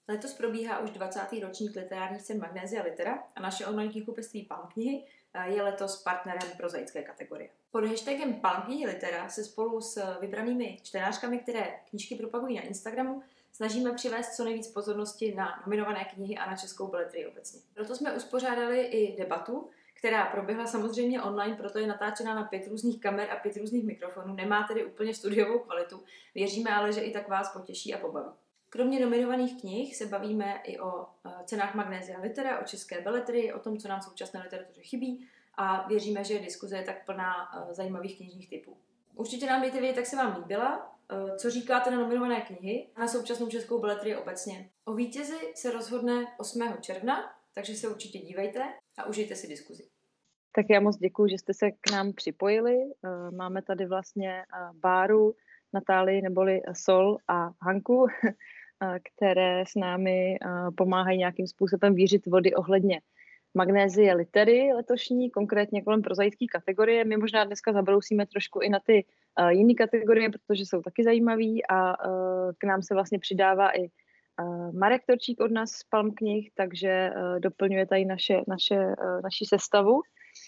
Letos probíhá už 20. ročník literárních cen Magnézia Litera a naše online knihkupectví Palm knihy je letos partnerem prozaické kategorie. Pod hashtagem Palm knihy Litera se spolu s vybranými čtenářkami, které knížky propagují na Instagramu, snažíme přivést co nejvíc pozornosti na nominované knihy a na českou beletrii obecně. Proto jsme uspořádali i debatu, která proběhla samozřejmě online, proto je natáčena na 5 různých kamer a 5 různých mikrofonů, nemá tedy úplně studiovou kvalitu, věříme ale, že i tak vás potěší a pobaví. Kromě nominovaných knih se bavíme i o cenách Magnézia Litera, o české beletrii, o tom, co nám v současné literatuře chybí a věříme, že diskuze je tak plná zajímavých knižních typů. Určitě nám dejte vědět, jak se vám líbila, co říkáte na nominované knihy a na současnou českou beletrii obecně. O vítězi se rozhodne 8. června, takže se určitě dívejte a užijte si diskuzi. Tak já moc děkuju, že jste se k nám připojili. Máme tady vlastně Báru, Natálii neboli Sol a Hanku, které s námi pomáhají nějakým způsobem vířit vody ohledně Magnézie Litery letošní, konkrétně kolem prozaické kategorie. My možná dneska zabrousíme trošku i na ty jiné kategorie, protože jsou taky zajímavý a k nám se vlastně přidává i Marek Torčík od nás z Palm knih, takže doplňuje tady naši sestavu.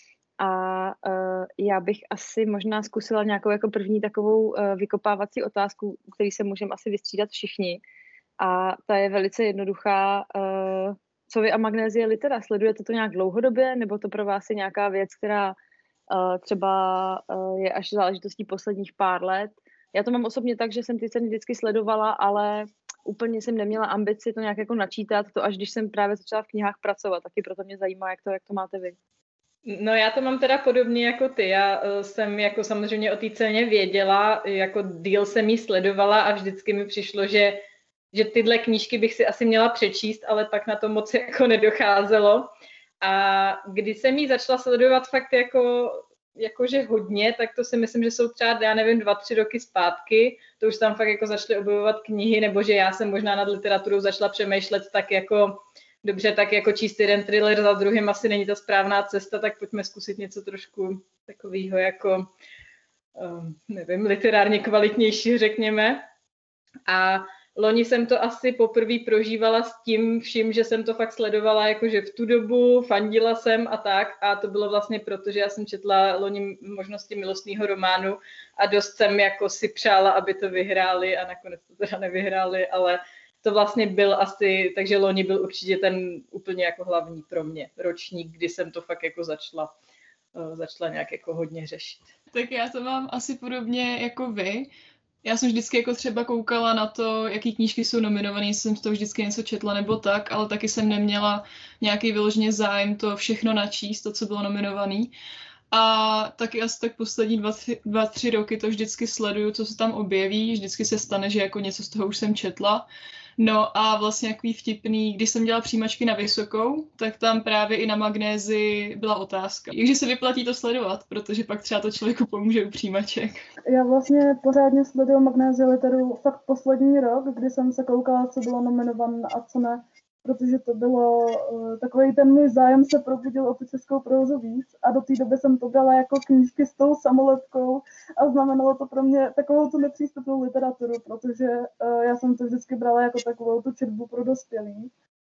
A já bych asi možná zkusila nějakou jako první takovou vykopávací otázku, který se můžeme asi vystřídat všichni. A ta je velice jednoduchá. Co vy a Magnézie Litera? Sledujete to nějak dlouhodobě, nebo to pro vás je nějaká věc, která třeba je až záležitostí posledních pár let? Já to mám osobně tak, že jsem ty ceny vždycky sledovala, ale úplně jsem neměla ambici to nějak jako načítat, to až když jsem právě začala v knihách pracovat, taky proto mě zajímá, jak to máte vy. No já to mám teda podobně jako ty. Já jsem jako samozřejmě o té ceně věděla, jako díl jsem jí sledovala a vždycky mi přišlo, že tyhle knížky bych si asi měla přečíst, ale pak na to moc jako nedocházelo. A když jsem jí začala sledovat fakt jakože hodně, tak to si myslím, že jsou třeba, já nevím, 2-3 roky zpátky. To už tam fakt jako začaly objevovat knihy, nebo že já jsem možná nad literaturou začala přemýšlet tak jako dobře, tak jako číst jeden thriller za druhým asi není ta správná cesta, tak pojďme zkusit něco trošku takového jako, nevím, literárně kvalitnější, řekněme. A loni jsem to asi poprvé prožívala s tím vším, že jsem to fakt sledovala jakože v tu dobu, fandila jsem a tak. A to bylo vlastně proto, že já jsem četla loni Možnosti milostného románu a dost jsem jako si přála, aby to vyhráli a nakonec to teda nevyhráli, ale to vlastně byl asi, takže loni byl určitě ten úplně jako hlavní pro mě ročník, kdy jsem to fakt jako začala nějak jako hodně řešit. Tak já to mám asi podobně jako vy. Já jsem vždycky jako třeba koukala na to, jaký knížky jsou nominované, jsem z toho vždycky něco četla nebo tak, ale taky jsem neměla nějaký vyloženě zájem to všechno načíst, to, co bylo nominované. A taky asi tak poslední 2-3 roky to vždycky sleduju, co se tam objeví, vždycky se stane, že jako něco z toho už jsem četla. No a vlastně jaký vtipný, když jsem dělala přijímačky na vysokou, tak tam právě i na Magnézi byla otázka. Takže se vyplatí to sledovat, protože pak třeba to člověku pomůže u přijímaček. Já vlastně pořádně sleduju Magnézii Literu fakt poslední rok, kdy jsem se koukala, co bylo nominované a co ne, protože to bylo takový ten můj zájem se probudil o tu českou prózu víc a do té doby jsem to brala jako knížky s tou samolepkou a znamenalo to pro mě takovou tu nepřístupnou literaturu, protože já jsem to vždycky brala jako takovou tu četbu pro dospělí.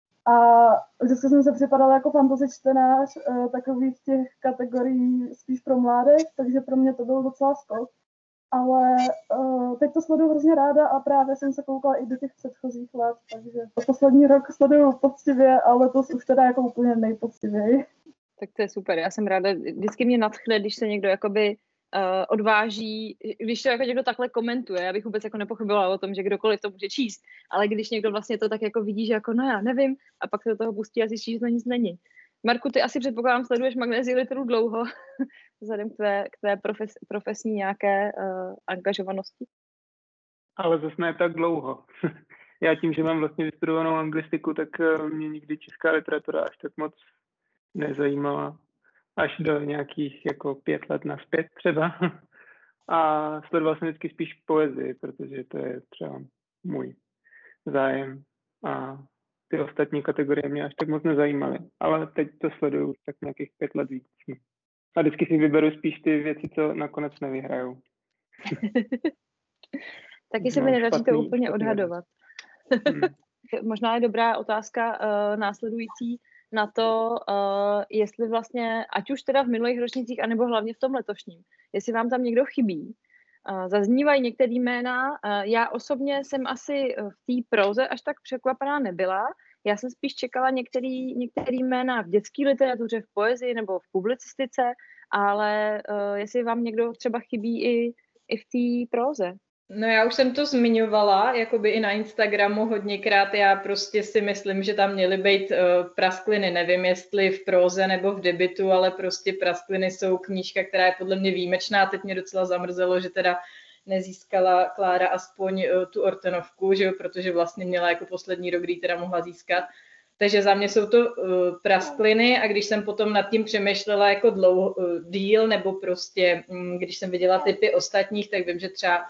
A vždycky jsem se připadala jako fantasy čtenář takových těch kategorií spíš pro mládež, takže pro mě to byl docela skok. Ale teď to sleduju hrozně ráda a právě jsem se koukala i do těch předchozích let, takže poslední rok sleduju poctivě, ale to už teda jako úplně nejpoctivěji. Tak to je super, já jsem ráda, vždycky mě nadchne, když se někdo jakoby odváží, když to jako někdo takhle komentuje, já bych vůbec jako nepochybovala o tom, že kdokoliv to může číst, ale když někdo vlastně to tak jako vidí, že jako no já nevím a pak se do toho pustí a zjistí, že to nic není. Marku, ty asi předpokládám, sleduješ Magnézii Literu dlouho, vzhledem k tvé profesní nějaké angažovanosti? Ale zase ne tak dlouho. Já tím, že mám vlastně vystudovanou anglistiku, tak mě nikdy česká literatura až tak moc nezajímala. Až do nějakých jako 5 let nazpět třeba. A sledoval jsem vždycky spíš poezii, protože to je třeba můj zájem. A ty ostatní kategorie mě až tak moc nezajímaly. Ale teď to sleduju už tak nějakých 5 let víc. A vždycky si vyberu spíš ty věci, co nakonec nevyhrajou. Taky se mi nedaří to úplně odhadovat. Možná je dobrá otázka následující na to, jestli vlastně, ať už teda v minulých ročnících, anebo hlavně v tom letošním, jestli vám tam někdo chybí. Zaznívají některé jména. Já osobně jsem asi v té próze až tak překvapená nebyla. Já jsem spíš čekala některý jména v dětské literatuře, v poezii nebo v publicistice, ale jestli vám někdo třeba chybí i v té próze. No já už jsem to zmiňovala, jakoby i na Instagramu hodněkrát, já prostě si myslím, že tam měly být praskliny, nevím jestli v próze nebo v debutu, ale prostě praskliny jsou knížka, která je podle mě výjimečná, teď mě docela zamrzelo, že teda nezískala Klára aspoň tu Ortenovku, že jo, protože vlastně měla jako poslední rok, kdy teda mohla získat. Takže za mě jsou to praskliny a když jsem potom nad tím přemýšlela jako díl, nebo prostě když jsem viděla typy ostatních, tak vím, že třeba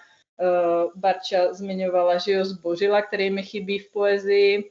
Barča zmiňovala, že jo, Zbořila, který mi chybí v poezii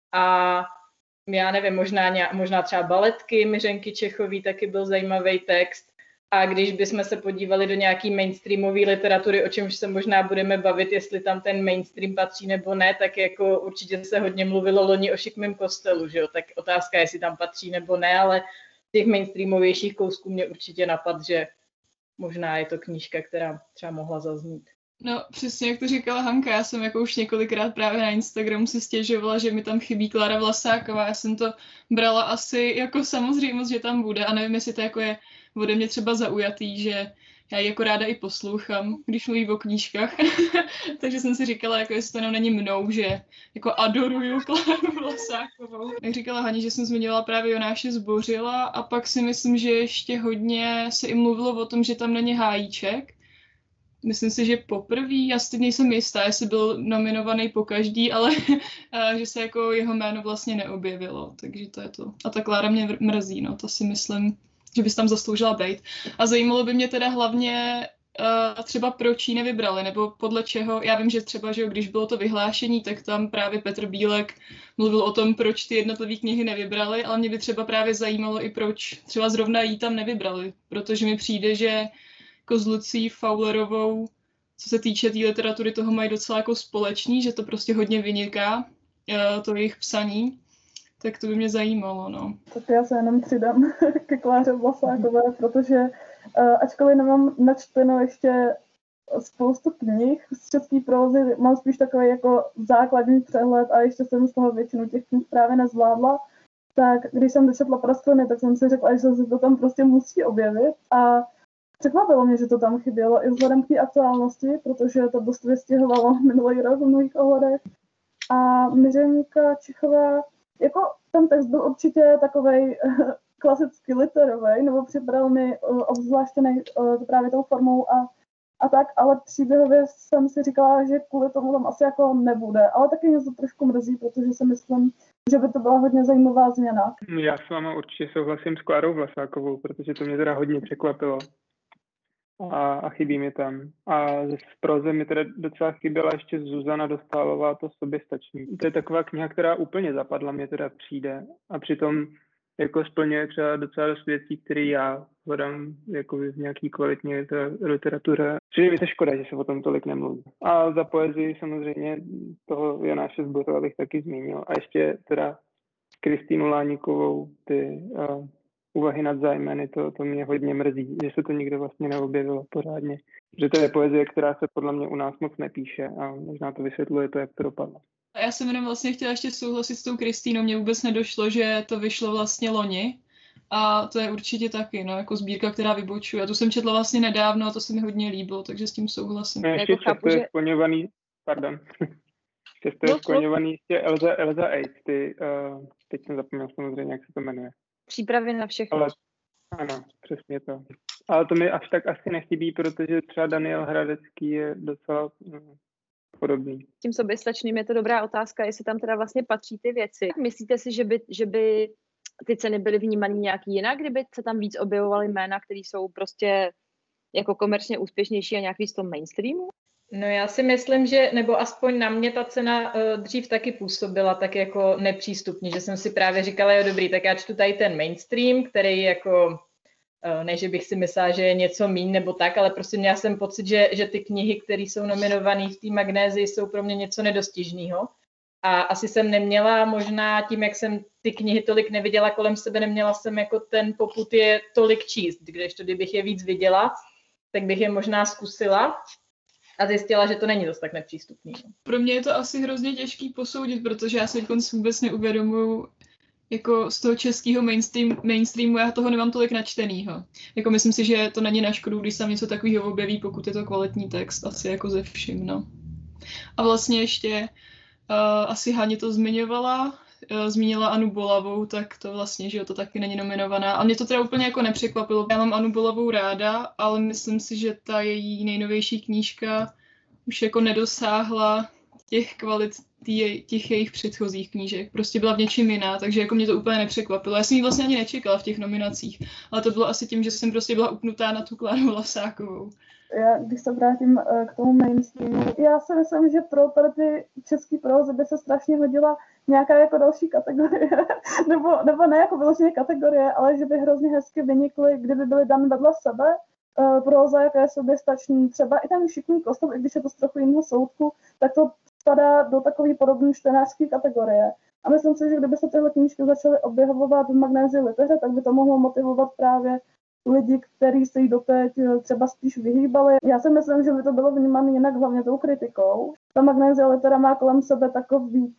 a já nevím, možná třeba Baletky Miřenky Čechový, taky byl zajímavý text. A když bychom se podívali do nějaký mainstreamové literatury, o čemž se možná budeme bavit, jestli tam ten mainstream patří nebo ne, tak jako určitě se hodně mluvilo loni o Šikmém kostelu, že jo, tak otázka je, jestli tam patří nebo ne, ale těch mainstreamovějších kousků mě určitě napadl, že možná je to knížka, která třeba mohla zaznít. No, přesně jak to říkala Hanka, já jsem jako už několikrát právě na Instagramu si stěžovala, že mi tam chybí Klára Vlasáková, já jsem to brala asi jako samozřejmost, že tam bude a nevím, jestli to jako je ode mě třeba zaujatý, že já ji jako ráda i poslouchám, když mluví o knížkách, takže jsem si říkala, jako jestli to jenom není mnou, že jako adoruju Kláru Vlasákovou. Jak říkala Hani, že jsem zmiňovala právě Jonáše Zbořila a pak si myslím, že ještě hodně se i mluvilo o tom, že tam není Hájíček. Myslím si, že poprvé, já si teď nejsem jistá, jestli byl nominovaný po každý, ale že se jako jeho jméno vlastně neobjevilo, takže to je to. A ta Klára mě mrzí, no, to si myslím, že bys tam zasloužila být. A zajímalo by mě teda hlavně třeba proč ji nevybrali, nebo podle čeho. Já vím, že třeba, že když bylo to vyhlášení, tak tam právě Petr Bílek mluvil o tom, proč ty jednotlivé knihy nevybrali, ale mě by třeba právě zajímalo i proč třeba zrovna jí tam nevybrali, protože mi přijde, že jako s Lucí Fowlerovou, co se týče té literatury, toho mají docela jako společný, že to prostě hodně vyniká, to jejich psaní, tak to by mě zajímalo, no. Tak já se jenom přidám ke Kláře Vlasákové, protože ačkoliv nemám načteno ještě spoustu knih z české prózy, mám spíš takový jako základní přehled a ještě jsem z toho většinu těch knih právě nezvládla, tak když jsem dočetla Praskliny, tak jsem si řekla, že se to tam prostě musí objevit a překvapilo mě, že to tam chybělo i vzhledem k té aktuálnosti, protože to dost vystěhovalo minulý rok v mnohých ohledech. A Miřenka Čechová, jako ten text byl určitě takovej klasicky literový, nebo připadal mi obzvláštěný právě tou formou a tak, ale příběhově jsem si říkala, že kvůli tomu tam asi jako nebude. Ale taky mě to trošku mrzí, protože si myslím, že by to byla hodně zajímavá změna. Já s váma určitě souhlasím s Klárou Vlasákovou, protože to mě teda hodně překvapilo. A chybí mi tam. A z prozy mi teda docela chyběla ještě Zuzana Dostálová, to soběstačný. To je taková kniha, která úplně zapadla, mě teda přijde. A přitom jako splňuje třeba docela dost věcí, které já hledám jako v nějaký kvalitní literatuře. Přijde mi to škoda, že se o tom tolik nemluví. A za poezii samozřejmě toho Jonáše Zbořila bych taky zmínil. A ještě teda Kristýnu Láníkovou, ty úvahy nad zájmeny, to mě hodně mrzí, že se to nikde vlastně neobjevilo pořádně. Že to je poezie, která se podle mě u nás moc nepíše a možná to vysvětluje to, jak to dopadlo. Já jsem jenom vlastně chtěla ještě souhlasit s tou Kristýnou, mně vůbec nedošlo, že to vyšlo vlastně loni a to je určitě taky, no, jako sbírka, která vybočuje. A tu jsem četla vlastně nedávno a to se mi hodně líbilo, takže s tím souhlasím. No, ještě často je skloňovaný, ještě Elza Aid, teď jsem zapomněl samozřejmě, jak se to jmenuje. Přípravy na všechno. Ale, ano, přesně to. Ale to mi až tak asi nechybí, protože třeba Daniel Hradecký je docela podobný. Tím soběstačným je to dobrá otázka, jestli tam teda vlastně patří ty věci. Myslíte si, že by ty ceny byly vnímané nějak jinak, kdyby se tam víc objevovaly jména, které jsou prostě jako komerčně úspěšnější a nějak víc v tom mainstreamu? No já si myslím, že, nebo aspoň na mě ta cena dřív taky působila tak jako nepřístupně, že jsem si právě říkala, jo dobrý, tak já čtu tady ten mainstream, který jako, ne, že bych si myslela, že je něco míň nebo tak, ale prostě měla jsem pocit, že ty knihy, které jsou nominované v té Magnézii, jsou pro mě něco nedostižného. A asi jsem neměla možná tím, jak jsem ty knihy tolik neviděla kolem sebe, neměla jsem jako ten popud je tolik číst, kdežto kdybych je víc viděla, tak bych je možná zkusila a zjistila, že to není dost tak nepřístupný. Pro mě je to asi hrozně těžký posoudit, protože já si vůbec neuvědomuji, jako z toho českého mainstreamu já toho nemám tolik načtenýho. Jako myslím si, že to není na škodu, když se něco takového objeví, pokud je to kvalitní text, asi jako ze vším, no. A vlastně ještě asi Haně to zmínila Anu Bolavou, tak to vlastně, že jo, to taky není nominovaná. A mě to teda úplně jako nepřekvapilo. Já mám Anu Bolavou ráda, ale myslím si, že ta její nejnovější knížka už jako nedosáhla těch kvalit těch jejich předchozích knížek. Prostě byla v něčím jiná, takže jako mě to úplně nepřekvapilo. Já jsem ji vlastně ani nečekala v těch nominacích, ale to bylo asi tím, že jsem prostě byla upnutá na tu Kláru Vlasákovou. Já, když se vrátím k tomu mainstreamu, já si myslím, že pro tady ty český prózy by se strašně hodila nějaká jako další kategorie, nebo ne jako vyloženě kategorie, ale že by hrozně hezky vynikly, kdyby byly dan vedle sebe, próza, jaká je soběstačný, třeba i ten Šikmý kostel, i když je to z trochu jiného soudku, tak to spadá do takové podobné čtenářské kategorie. A myslím si, že kdyby se tyhle knížky začaly objevovat v Magnézii Liteře, tak by to mohlo motivovat právě lidi, kteří se jí doteď třeba spíš vyhýbali. Já si myslím, že by to bylo vnímané jinak hlavně tou kritikou. Ta Magnézia Litera má kolem sebe takový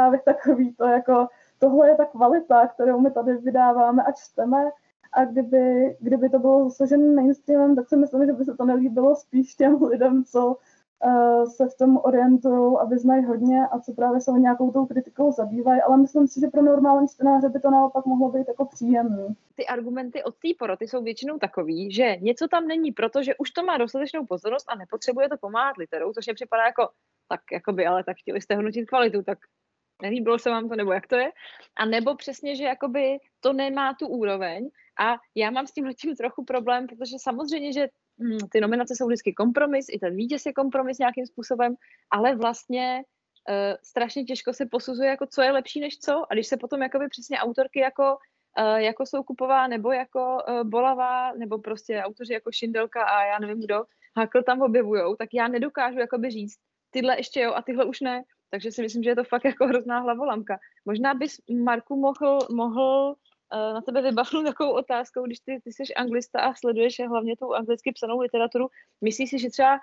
to, jako tohle je ta kvalita, kterou my tady vydáváme a čteme. A kdyby to bylo zasažené mainstreamem, tak si myslím, že by se to nelíbilo spíš těm lidem, co se v tom orientují a vyznají hodně a co právě se nějakou tou kritikou zabývají, ale myslím si, že pro normální čtenáře by to naopak mohlo být jako příjemný. Ty argumenty od té poroty jsou většinou takový, že něco tam není, protože už to má dostatečnou pozornost a nepotřebuje to pomáhat literou, což mě připadá jako, tak jakoby, ale tak chtěli jste hodnotit kvalitu, tak nelíbilo se vám to, nebo jak to je? A nebo přesně, že jakoby to nemá tu úroveň a já mám s tímhletím trochu problém, protože samozřejmě, že ty nominace jsou vždycky kompromis, i ten vítěz je kompromis nějakým způsobem, ale vlastně strašně těžko se posuzuje, jako co je lepší než co. A když se potom jakoby přesně autorky jako Soukupová nebo jako Bolavá, nebo prostě autoři jako Šindelka a já nevím kdo, Hakl tam objevujou, tak já nedokážu jakoby říct, tyhle ještě jo a tyhle už ne. Takže si myslím, že je to fakt jako hrozná hlavolamka. Možná bys, Marku, mohl na tebe vybavnout takovou otázkou, když ty jsi anglista a sleduješ hlavně tu anglicky psanou literaturu. Myslíš si, že třeba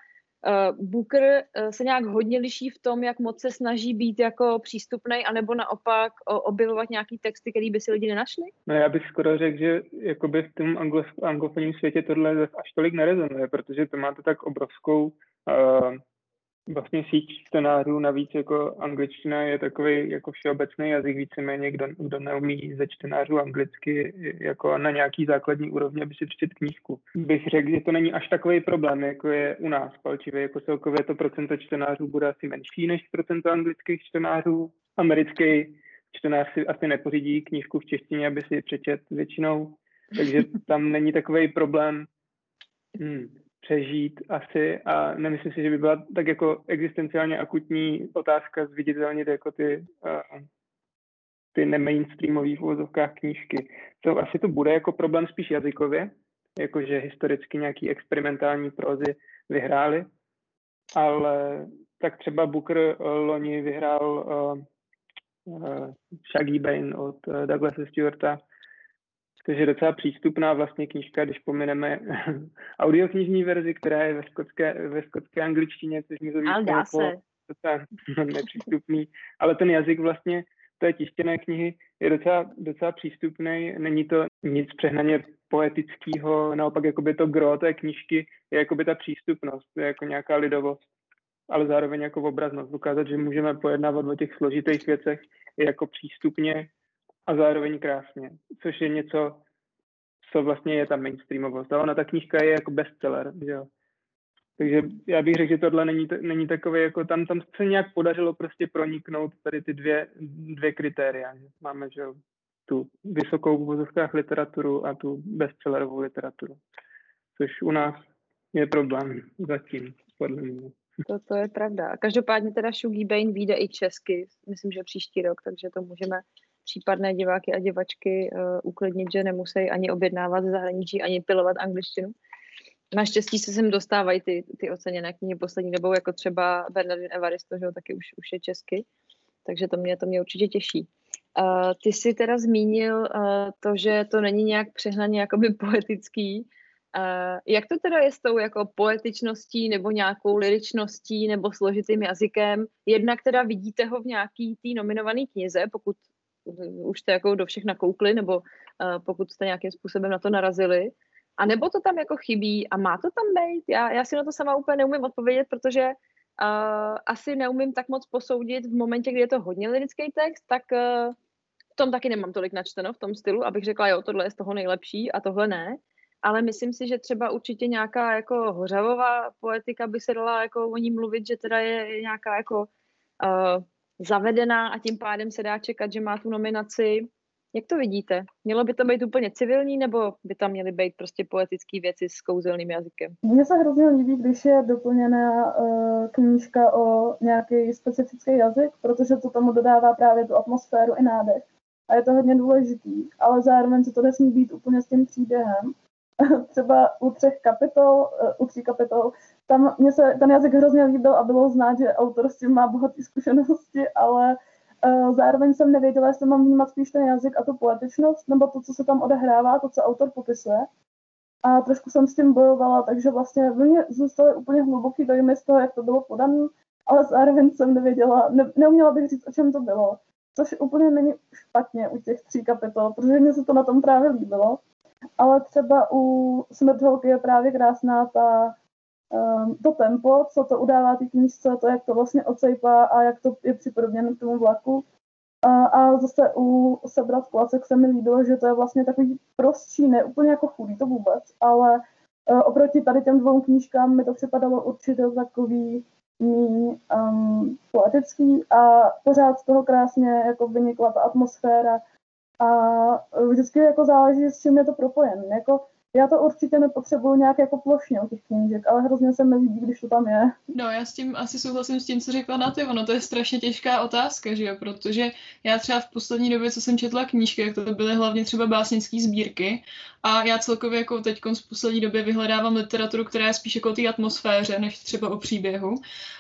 Booker se nějak hodně liší v tom, jak moc se snaží být jako přístupnej, anebo naopak objevovat nějaký texty, který by si lidi nenašli? No já bych skoro řekl, že jakoby v tom anglofonním světě tohle až tolik nerezonuje, protože to máte tak obrovskou vlastně síť čtenářů, navíc jako angličtina je takový jako všeobecný jazyk, víceméně kdo neumí ze čtenářů anglicky jako na nějaký základní úrovni, aby si přečet knížku. Bych řekl, že to není až takový problém, jako je u nás palčivě, jako celkově to procento čtenářů bude asi menší než procento anglických čtenářů. Americký čtenář si asi nepořídí knížku v češtině, aby si ji přečet většinou, takže tam není takový problém přežít asi a nemyslím si, že by byla tak jako existenciálně akutní otázka zviditelnit jako ty nemainstreamové v uvozovkách knížky. Asi to bude jako problém spíš jazykově, jakože historicky nějaký experimentální prózy vyhrály, ale tak třeba Booker loni vyhrál Shaggy Bane od Douglasa Stewarta, což je docela přístupná vlastně knížka, když pomineme audioknižní verzi, která je ve skotské angličtině, což mi to víc docela nepřístupný. Ale ten jazyk vlastně té tištěné knihy je docela přístupný, není to nic přehnaně poetického, naopak jakoby to gro té knížky je jakoby ta přístupnost, je jako nějaká lidovost, ale zároveň jako obraznost. Ukázat, že můžeme pojednávat o těch složitých věcech jako přístupně a zároveň krásně, což je něco, co vlastně je ta mainstreamovost. A ona ta knížka je jako bestseller, že jo. Takže já bych řekl, že tohle není takové, jako tam se nějak podařilo prostě proniknout tady ty dvě kritéria. Máme, že jo, tu vysokou v uvozovkách literaturu a tu bestsellerovou literaturu, což u nás je problém zatím, podle mě. To je pravda. Každopádně teda Shaggy Bane vyjde i česky, myslím, že příští rok, takže to můžeme případné diváky a divačky uklidnit, že nemusí ani objednávat ze zahraničí, ani pilovat angličtinu. Naštěstí se sem dostávají ty oceněné knihy poslední dobou, jako třeba Bernardin Evaristo, že jo, taky už je česky. Takže to mě určitě těší. Ty jsi teda zmínil to, že to není nějak přehnaně jakoby poetický. Jak to teda je s tou jako poetičností nebo nějakou lyričností nebo složitým jazykem? Jednak teda vidíte ho v nějaký té nominované knize, pokud už jste jako do všech nakoukli, nebo pokud jste nějakým způsobem na to narazili. A nebo to tam jako chybí a má to tam být? Já si na to sama úplně neumím odpovědět, protože asi neumím tak moc posoudit v momentě, kdy je to hodně lirický text, tak v tom taky nemám tolik načteno v tom stylu, abych řekla, jo, tohle je z toho nejlepší a tohle ne. Ale myslím si, že třeba určitě nějaká jako hořavová poetika by se dala jako o ní mluvit, že teda je nějaká jako zavedená a tím pádem se dá čekat, že má tu nominaci. Jak to vidíte? Mělo by to být úplně civilní, nebo by tam měly být prostě poetické věci s kouzelným jazykem? Mně se hrozně líbí, když je doplněná knížka o nějaký specifický jazyk, protože to tomu dodává právě tu atmosféru i nádech. A je to hodně důležitý, ale zároveň se to nesmí být úplně s tím příběhem. Třeba u 3 kapitol, tam mně se ten jazyk hrozně líbil a bylo znát, že autor s tím má bohaté zkušenosti, ale zároveň jsem nevěděla, jestli mám vnímat spíš ten jazyk a tu poetičnost, nebo to, co se tam odehrává, to, co autor popisuje. A trošku jsem s tím bojovala, takže vlastně v mně zůstaly úplně hluboký dojmy z toho, jak to bylo podané, ale zároveň jsem nevěděla, neuměla bych říct, o čem to bylo. Což úplně není špatně u těch 3 kapitol, protože mně se to na tom právě líbilo. Ale třeba u Smrt holky je právě krásná to tempo, co to udává té knížce, to, jak to vlastně ocejpá a jak to je připodobněno k tomu vlaku. A zase u Sebrat klacek se mi líbilo, že to je vlastně takový prostší, ne úplně jako chudý, to vůbec, ale oproti tady těm 2 knížkám mi to připadalo určitě takový poetický a pořád z toho krásně jako vynikla ta atmosféra a vždycky jako záleží, s čím je to propojen. Jako, já to určitě nepotřebuju nějak jako plošně u těch knížek, ale hrozně se mi líbí, když to tam je. No, já s tím asi souhlasím s tím, co řekla Naty. Ono to je strašně těžká otázka, že jo? Protože já třeba v poslední době, co jsem četla knížky, jak to byly hlavně třeba básnické sbírky a já celkově jako teď v poslední době vyhledávám literaturu, která je spíš jako o té atmosféře, než třeba o příběhu.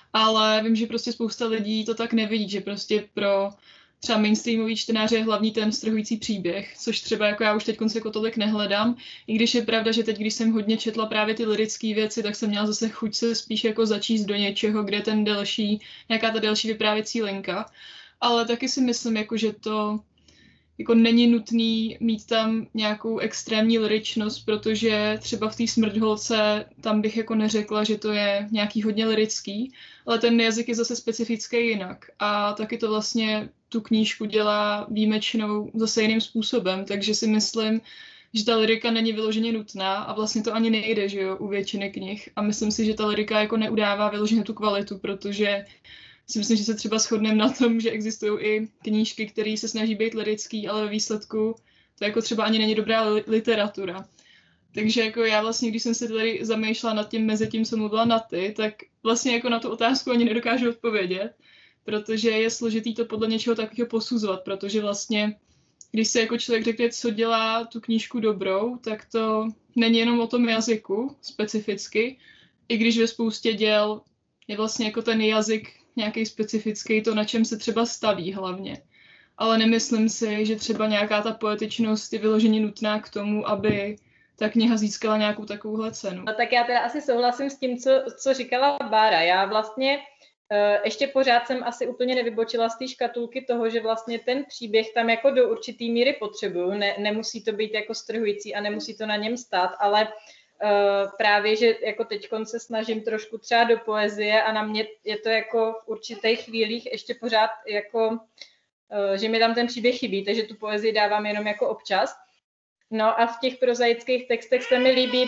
Ale vím, že prostě spousta lidí to tak nevidí, že prostě pro třeba mainstreamový čtenář je hlavní ten strhující příběh, což třeba jako já už teď jako tolik nehledám, i když je pravda, že teď, když jsem hodně četla právě ty lyrické věci, tak jsem měla zase chuť se spíš jako začíst do něčeho, kde ten nějaká ta delší vyprávěcí linka, ale taky si myslím, jako, že to jako není nutný mít tam nějakou extrémní lyričnost, protože třeba v té Smrtholce tam bych jako neřekla, že to je nějaký hodně lyrický, ale ten jazyk je zase specifický jinak a taky to vlastně tu knížku dělá výjimečnou zase jiným způsobem, takže si myslím, že ta lyrika není vyloženě nutná a vlastně to ani nejde, že jo, u většiny knih a myslím si, že ta lyrika jako neudává vyloženě tu kvalitu, protože si myslím, že se třeba shodneme na tom, že existují i knížky, které se snaží být lyrický, ale ve výsledku to jako třeba ani není dobrá literatura. Takže jako já vlastně, když jsem se tady zamýšlela nad tím mezi tím, co mluvila Naty, tak vlastně jako na tu otázku ani nedokážu odpovědět, protože je složitý to podle něčeho takového posuzovat, protože vlastně, když se jako člověk řekne, co dělá tu knížku dobrou, tak to není jenom o tom jazyku specificky, i když ve spoustě děl je vlastně jako ten jazyk nějaký specifický, to, na čem se třeba staví hlavně. Ale nemyslím si, že třeba nějaká ta poetičnost je vyloženě nutná k tomu, aby ta kniha získala nějakou takovouhle cenu. No tak já teda asi souhlasím s tím, co říkala Bára. Já vlastně ještě pořád jsem asi úplně nevybočila z té škatulky toho, že vlastně ten příběh tam jako do určitý míry potřebuju. Nemusí to být jako strhující a nemusí to na něm stát, ale právě, že jako teďkon se snažím trošku třeba do poezie a na mě je to jako v určitých chvílích ještě pořád jako, že mi tam ten příběh chybí, takže tu poezii dávám jenom jako občas. No a v těch prozaických textech se mi líbí,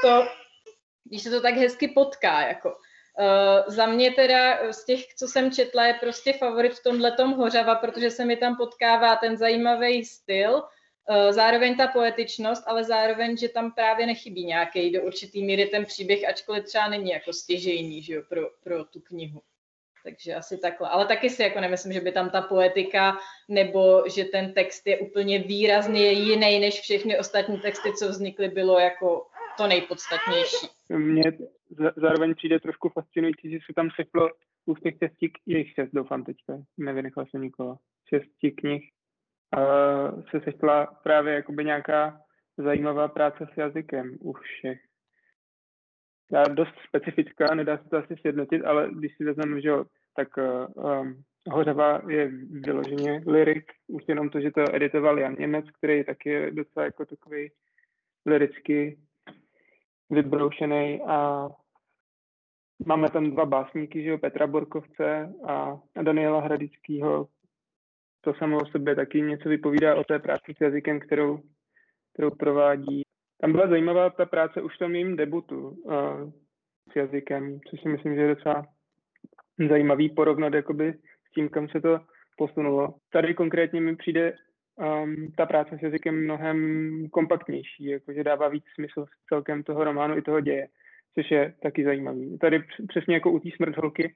když se to tak hezky potká, jako. Za mě teda z těch, co jsem četla, je prostě favorit v tomhletom Hořava, protože se mi tam potkává ten zajímavý styl, zároveň ta poetičnost, ale zároveň, že tam právě nechybí nějaký do určitý míry ten příběh, ačkoliv třeba není jako stěžejný, že jo, pro tu knihu. Takže asi takhle. Ale taky si jako nemyslím, že by tam ta poetika nebo že ten text je úplně výrazně jiný než všechny ostatní texty, co vznikly, bylo jako to nejpodstatnější. Mně zároveň přijde trošku fascinující, že se tam seklo u těch 6 jejich 6, doufám teďka, nevynechal jsem nikoho, 6 knih se sešla právě jakoby nějaká zajímavá práce s jazykem u všech. Dost specifická, nedá se to asi sjednotit, ale když si vezmeme, že jo, tak Hořava je vyloženě lyrik, už jenom to, že to editoval Jan Němec, který taky je docela jako takový lyricky vybroušený, a máme tam 2 básníky, že jo, Petra Borkovce a Daniela Hradickýho. To samo o sobě taky něco vypovídá o té práci s jazykem, kterou provádí. Tam byla zajímavá ta práce už v tom jejím debutu s jazykem, což si myslím, že je docela zajímavý porovnat jakoby s tím, kam se to posunulo. Tady konkrétně mi přijde ta práce s jazykem mnohem kompaktnější, jakože dává víc smysl celkem toho románu i toho děje, což je taky zajímavý. Tady přesně jako u té Smrtholky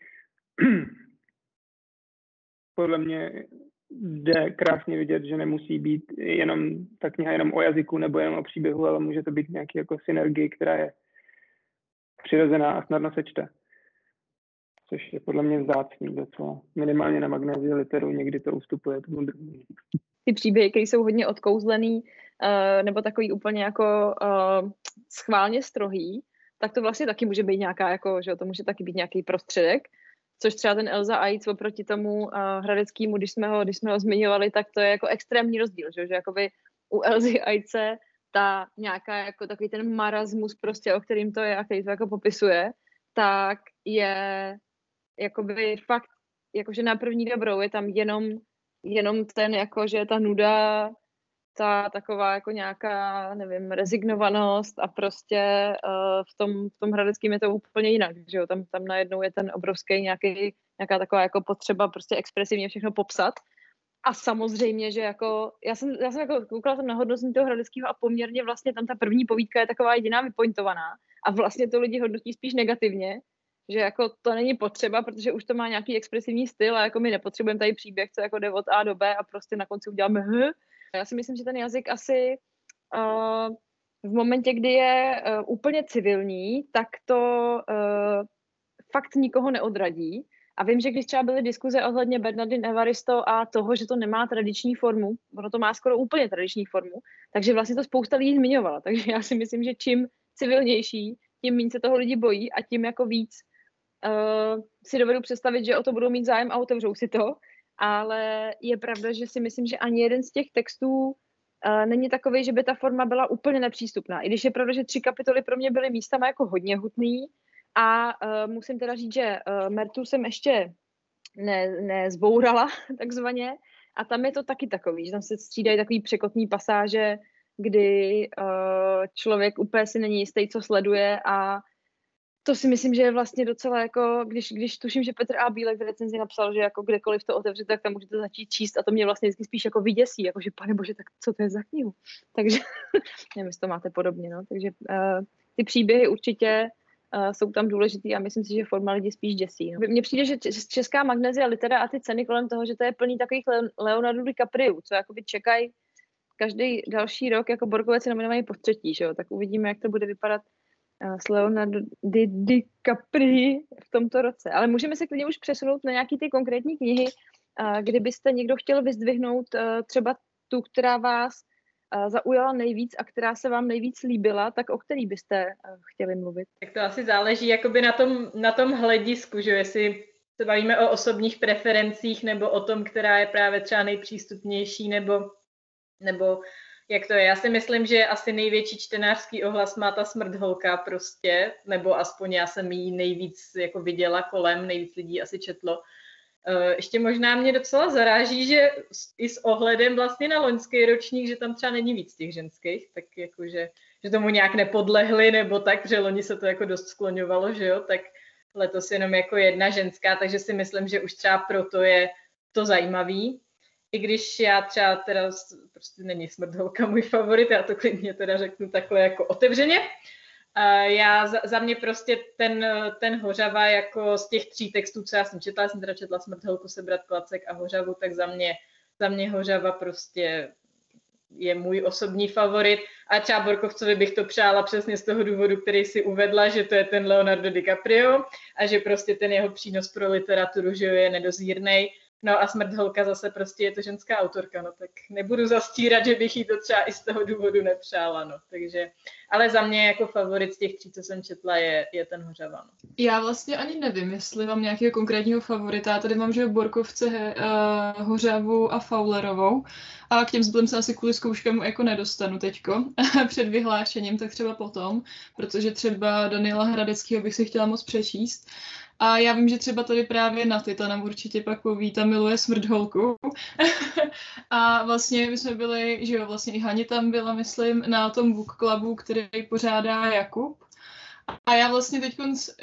podle mě jde krásně vidět, že nemusí být jenom ta kniha jenom o jazyku nebo jenom o příběhu, ale může to být nějaký jako synergii, která je přirozená a snadno se čte. Což je podle mě vzácný docela. Minimálně na Magnézii literu někdy to ustupuje tomu druhému. Ty příběhy, které jsou hodně odkouzlený, nebo takový úplně jako schválně strohý, tak to vlastně taky může být nějaká, jako, že to může taky být nějaký prostředek, což třeba ten Elza Ajc oproti tomu Hradeckému, když jsme ho zmiňovali, tak to je jako extrémní rozdíl, že jakoby u Elzy Ajce ta nějaká jako takový ten marasmus prostě, o kterým to je a který to jako popisuje, tak je jakoby fakt, jakože na první dobrou je tam jenom ten, jakože ta nuda, ta taková jako nějaká, nevím, rezignovanost a prostě v tom Hradeckém je to úplně jinak, že jo, tam najednou je ten obrovský nějaká taková jako potřeba prostě expresivně všechno popsat. A samozřejmě, že jako, já jsem jako koukala tam na hodnocení toho Hradeckého a poměrně vlastně tam ta první povídka je taková jediná vypointovaná a vlastně to lidi hodnotí spíš negativně, že jako to není potřeba, protože už to má nějaký expresivní styl a jako my nepotřebujeme tady příběh, co jako jde od A do B a prostě na konci uděláme Já si myslím, že ten jazyk asi v momentě, kdy je úplně civilní, tak to fakt nikoho neodradí. A vím, že když třeba byly diskuze ohledně Bernardine Evaristo a toho, že to nemá tradiční formu, ono to má skoro úplně tradiční formu, takže vlastně to spousta lidí zmiňovala. Takže já si myslím, že čím civilnější, tím méně se toho lidi bojí a tím jako víc si dovedu představit, že o to budou mít zájem a otevřou si to. Ale je pravda, že si myslím, že ani jeden z těch textů není takový, že by ta forma byla úplně nepřístupná. I když je pravda, že 3 kapitoly pro mě byly místama jako hodně hutný a musím teda říct, že Mertu jsem ještě nezbourala takzvaně a tam je to taky takový, že tam se střídají takový překotný pasáže, kdy člověk úplně si není jistý, co sleduje a to si myslím, že je vlastně docela jako, když tuším, že Petr A. Bílek v recenzi napsal, že jako kdekoliv to otevřete, tak tam můžete začít číst a to mě vlastně vždycky spíš jako vyděsí, jako že panebože, tak co to je za knihu? Takže nevím, jestli to máte podobně, no. Takže ty příběhy určitě jsou tam důležitý a myslím si, že forma lidi spíš děsí. No. Mně přijde, že česká Magnézia litera a ty ceny kolem toho, že to je plný takových Leonardo DiCaprio, co jakoby čekají každý další rok, jako Borkovec je nominovaný po 3., že jo? Tak uvidíme, jak to bude vypadat s Leonardo DiCaprio v tomto roce. Ale můžeme se klidně už přesunout na nějaký ty konkrétní knihy, kdybyste někdo chtěl vyzdvihnout třeba tu, která vás zaujala nejvíc a která se vám nejvíc líbila, tak o který byste chtěli mluvit? Tak to asi záleží jakoby na tom hledisku, že jestli se bavíme o osobních preferencích nebo o tom, která je právě třeba nejpřístupnější nebo jak to je. Já si myslím, že asi největší čtenářský ohlas má ta Smrtholka prostě, nebo aspoň já jsem ji nejvíc jako viděla kolem, nejvíc lidí asi četlo. Ještě možná mě docela zaráží, že i s ohledem vlastně na loňský ročník, že tam třeba není víc těch ženských, tak jakože, že tomu nějak nepodlehli nebo tak, protože loni se to jako dost skloňovalo, že jo, tak letos jenom jako jedna ženská, takže si myslím, že už třeba proto je to zajímavý. I když já třeba teda prostě není Smrtholka můj favorit, já to klidně teda řeknu takhle jako otevřeně. Já za mě prostě ten Hořava jako z těch 3 textů, co já jsem teda četla Smrtholku, Sebrat klacek a Hořavu, tak za mě Hořava prostě je můj osobní favorit. A třeba Borkovcovi bych to přála přesně z toho důvodu, který si uvedla, že to je ten Leonardo DiCaprio a že prostě ten jeho přínos pro literaturu, že je nedozírnej. No a Smrt holka zase prostě je to ženská autorka, no tak nebudu zastírat, že bych jí to třeba i z toho důvodu nepřála, no. Takže, ale za mě jako favorit z těch 3, co jsem četla, je ten Hořava, no. Já vlastně ani nevím, jestli mám nějakého konkrétního favorita. Já tady mám, že Borkovce, Hořavu a Fowlerovou. A k těm zbylým se asi kvůli zkouškám jako nedostanu teďko před vyhlášením, tak třeba potom, protože třeba Daniela Hradeckého bych si chtěla moc přečíst. A já vím, že třeba tady právě ta nám určitě pak poví, ta miluje Smrt holku. A vlastně my jsme byli, že jo, vlastně i Hani tam byla, myslím, na tom book clubu, který pořádá Jakub. A já vlastně teď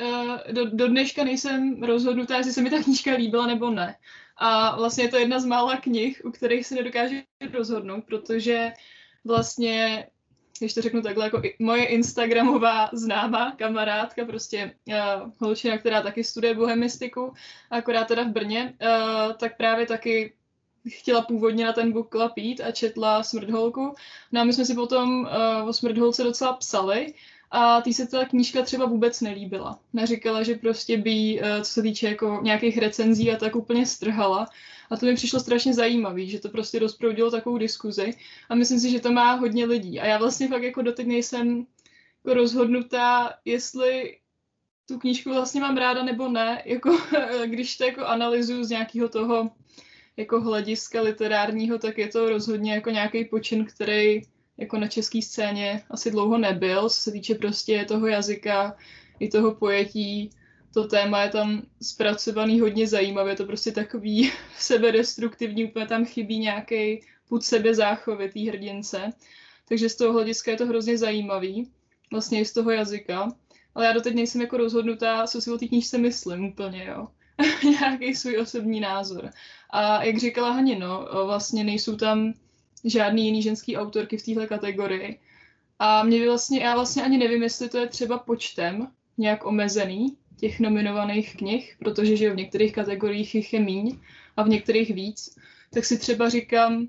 do dneška nejsem rozhodnutá, jestli se mi ta knížka líbila nebo ne. A vlastně je to jedna z mála knih, u kterých si nedokážu rozhodnout, protože vlastně, když to řeknu takhle, jako moje instagramová známá kamarádka, prostě holčina, která taky studuje bohemistiku, akorát teda v Brně, tak právě taky chtěla původně na ten book club jít a četla Smrt holku. No a my jsme si potom o Smrt holce docela psali a tý se ta knížka třeba vůbec nelíbila. Neříkala, že prostě by, co se týče jako nějakých recenzí a tak úplně strhala. A to mi přišlo strašně zajímavý, že to prostě rozproudilo takovou diskuzi a myslím si, že to má hodně lidí. A já vlastně fakt jako doteď nejsem jako rozhodnutá, jestli tu knížku vlastně mám ráda nebo ne, jako, když to jako analyzuju z nějakého toho jako hlediska literárního, tak je to rozhodně jako nějaký počin, který jako na české scéně asi dlouho nebyl, co se týče prostě toho jazyka i toho pojetí. To téma je tam zpracovaný hodně zajímavě, je to prostě takový sebedestruktivní, úplně tam chybí nějaký pud sebezáchovy té hrdince. Takže z toho hlediska je to hrozně zajímavý, vlastně i z toho jazyka. Ale já doteď nejsem jako rozhodnutá, co si o té knížce myslím úplně, jo. Nějaký svůj osobní názor. A jak říkala Hani, no, vlastně nejsou tam žádný jiný ženský autorky v téhle kategorii. A já vlastně ani nevím, jestli to je třeba počtem nějak omezený, těch nominovaných knih, protože že v některých kategoriích jich je míň a v některých víc, tak si třeba říkám,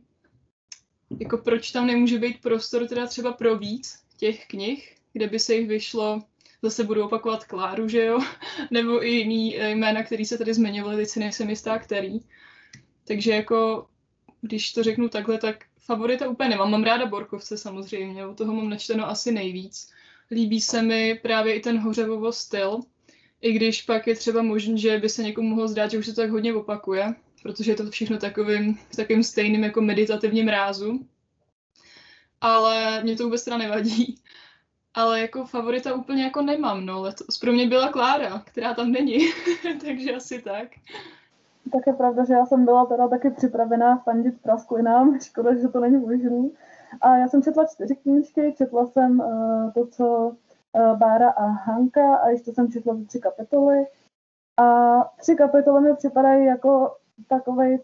jako proč tam nemůže být prostor teda třeba pro víc těch knih, kde by se jich vyšlo, zase budu opakovat Kláru, že jo, nebo i jiný jména, který se tady zmiňovaly, teď si nejsem jistá, který. Takže jako, když to řeknu takhle, tak favorita úplně nemám. Mám ráda Borkovce samozřejmě, od toho mám načteno asi nejvíc. Líbí se mi právě i ten Hořavovo styl, i když pak je třeba možné, že by se někomu mohlo zdát, že už se to tak hodně opakuje, protože je to všechno takovým stejným jako meditativním rázu. Ale mě to vůbec teda nevadí. Ale jako favorita úplně jako nemám, no. Letos pro mě byla Klára, která tam není, takže asi tak. Tak je pravda, že já jsem byla teda taky připravená fandit prasklinám, škoda, že to není možný. A já jsem četla 4 knížky, četla jsem to, co Bára a Hanka a ještě jsem četla 3 kapitoly. A 3 kapitoly mi připadají jako takovej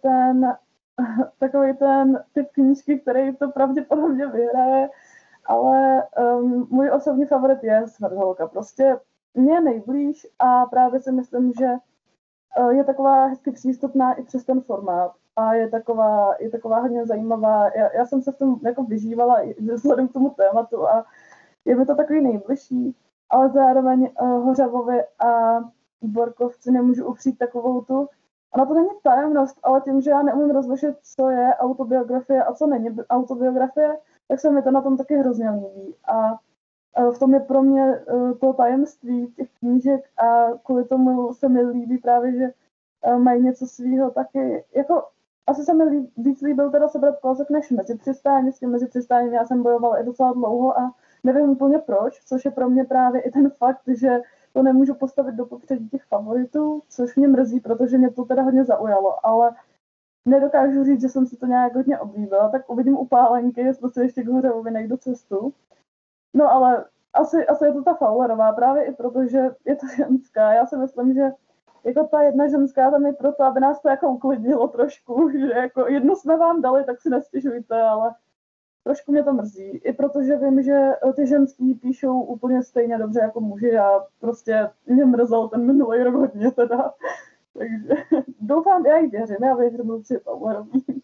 ten typ knížky, který to pravděpodobně vyhraje, ale můj osobní favorit je Smrt holka. Prostě mě je nejblíž a právě si myslím, že je taková hezky přístupná i přes ten formát a je taková hodně zajímavá. Já jsem se v tom jako vyžívala i vzhledem k tomu tématu a je mi to takový nejbližší, ale zároveň Hořavovi a Borkovci nemůžu upřít takovou tu, ona to není tajemnost, ale tím, že já neumím rozlišit, co je autobiografie a co není autobiografie, tak se mi to na tom taky hrozně líbí. A v tom je pro mě to tajemství těch knížek a kvůli tomu se mi líbí právě, že mají něco svýho taky, jako asi se mi víc líbil teda sebrat klásek než Mezi přistání, s tím Mezi přistáním já jsem bojovala i docela dlouho a nevím úplně proč, což je pro mě právě i ten fakt, že to nemůžu postavit do popředí těch favoritů, což mě mrzí, protože mě to teda hodně zaujalo, ale nedokážu říct, že jsem si to nějak hodně oblíbila, tak uvidím u Pálenky, jestli se ještě k Hořavovi najdu cestu. No ale asi je to ta Fowlerová, právě i proto, že je to ženská. Já si myslím, že jako ta jedna ženská tam je proto, aby nás to jako uklidnilo trošku, že jako jedno jsme vám dali, tak si nestěžujte, ale trošku mě to mrzí. I protože vím, že ty ženský píšou úplně stejně dobře jako muži a prostě mě mrzel ten minulý rok hodně teda. Takže doufám, já jí věřím, já věřím Lucie Fowlerové.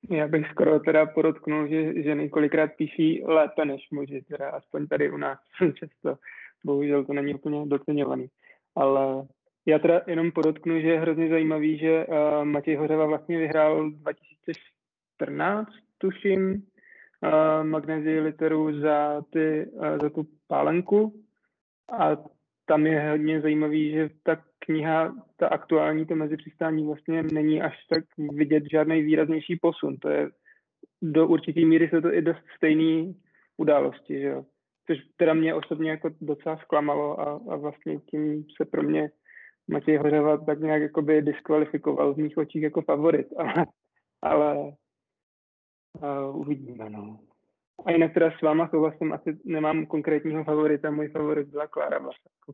Já bych skoro teda podotknul, že ženy kolikrát píší lépe než muži, teda aspoň tady u nás často. Bohužel to není úplně doceňovaný. Ale já teda jenom podotknu, že je hrozně zajímavý, že Matěj Hořava vlastně vyhrál 2014, tuším, Magnezii literu za tu pálenku. A tam je hodně zajímavý, že ta kniha, ta aktuální, to Mezipřistání vlastně není až tak vidět žádný výraznější posun. To je do určitý míry jsou to i dost stejné události, že jo. Což teda mě osobně jako docela zklamalo a vlastně tím se pro mě Matěj Hořava tak nějak jakoby diskvalifikoval v mých očích jako favorit, ale uvidíme, no. A jinak teda s váma souhlasím, asi nemám konkrétního favorita, můj favorit byla Klára Vlasáková.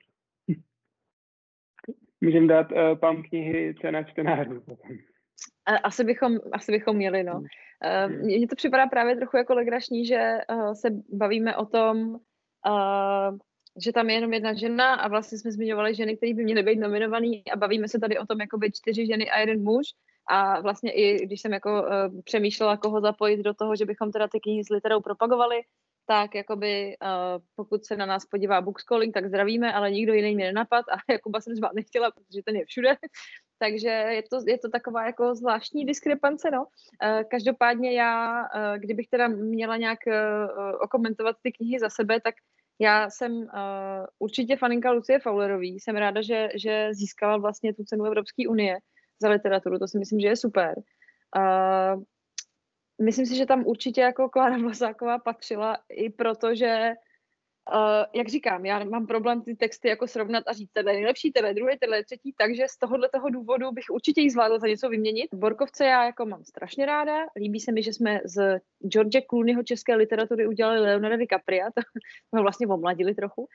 Můžeme dát pán knihy cena čtenářů. Asi bychom měli, no. Mně to připadá právě trochu jako legrační, že se bavíme o tom, že tam je jenom jedna žena a vlastně jsme zmiňovali ženy, které by měly být nominovaný a bavíme se tady o tom jakoby 4 ženy a 1 muž a vlastně i když jsem jako přemýšlela, koho zapojit do toho, že bychom teda ty knihy s literou propagovali, tak jakoby pokud se na nás podívá Bookscalling, tak zdravíme, ale nikdo jiný mě nenapad a Jakuba jsem zvát nechtěla, protože ten je všude. Takže je to taková jako zvláštní diskrepance, no. Každopádně já, kdybych teda měla nějak okomentovat ty knihy za sebe, tak já jsem určitě faninka Lucie Fowlerový. Jsem ráda, že získala vlastně tu cenu Evropské unie za literaturu. To si myslím, že je super. Myslím si, že tam určitě jako Klára Vlasáková patřila i proto, že jak říkám, já mám problém ty texty jako srovnat a říct, tenhle je nejlepší, tenhle je druhý, tenhle je třetí, takže z tohoto důvodu bych určitě jí zvládla za něco vyměnit. Borkovce já jako mám strašně ráda, líbí se mi, že jsme z George Clooneyho české literatury udělali Leonarda DiCapria, to jsme vlastně omladili trochu.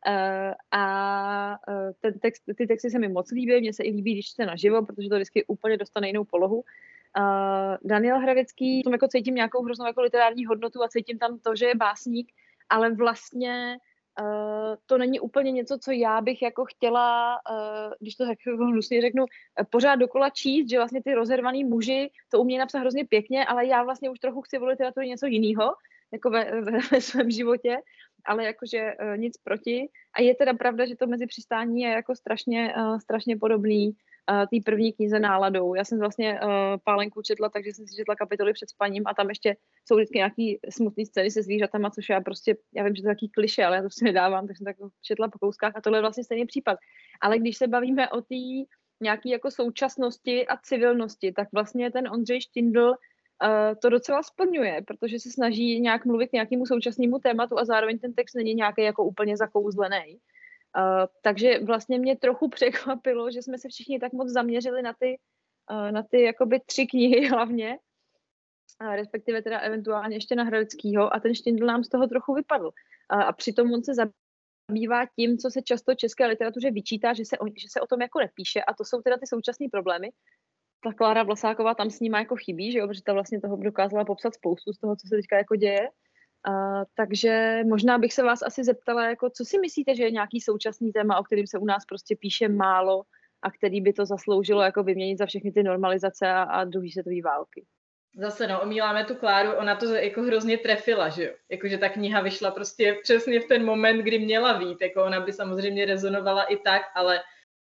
Ty texty se mi moc líbí, mně se i líbí, když čte naživo, protože to vždycky úplně dostane jinou polohu. Daniel Hradecký, tam jako cítím nějakou hroznou jako literární hodnotu a cítím tam to, že je básník, ale vlastně to není úplně něco, co já bych jako chtěla, když to jako hnusně řeknu, pořád dokola číst, že vlastně ty rozervaný muži to umějí napsat hrozně pěkně, ale já vlastně už trochu chci v literatuře něco jiného, jako ve svém životě, ale jakože nic proti. A je teda pravda, že to Mezipřistání je jako strašně podobný té první knize Náladou. Já jsem vlastně Pálenku četla, takže jsem si četla kapitoly před spaním a tam ještě jsou vždycky nějaký smutné scény se zvířatama, což já vím, že to je takový klišé, ale já to si nedávám, takže jsem tak četla po kouskách a tohle je vlastně stejný případ. Ale když se bavíme o té nějaký jako současnosti a civilnosti, tak vlastně ten Ondřej Štindl to docela splňuje, protože se snaží nějak mluvit k nějakému současnému tématu a zároveň ten text není nějaký jako úplně zakouzlený. Takže vlastně mě trochu překvapilo, že jsme se všichni tak moc zaměřili na ty jakoby 3 knihy hlavně, respektive teda eventuálně ještě na Hradeckýho a ten Štindl nám z toho trochu vypadl. A přitom on se zabývá tím, co se často české literatuře vyčítá, že se o tom jako nepíše a to jsou teda ty současné problémy. Ta Klára Vlasáková tam s ním jako chybí, že jo, protože ta vlastně toho dokázala popsat spoustu z toho, co se teďka jako děje. Takže možná bych se vás asi zeptala, jako, co si myslíte, že je nějaký současný téma, o kterým se u nás prostě píše málo a který by to zasloužilo jako vyměnit za všechny ty normalizace a druhý světové války. Zase no, omíláme tu Kláru, ona to jako hrozně trefila, že jo, jakože ta kniha vyšla prostě přesně v ten moment, kdy měla vít, jako ona by samozřejmě rezonovala i tak, ale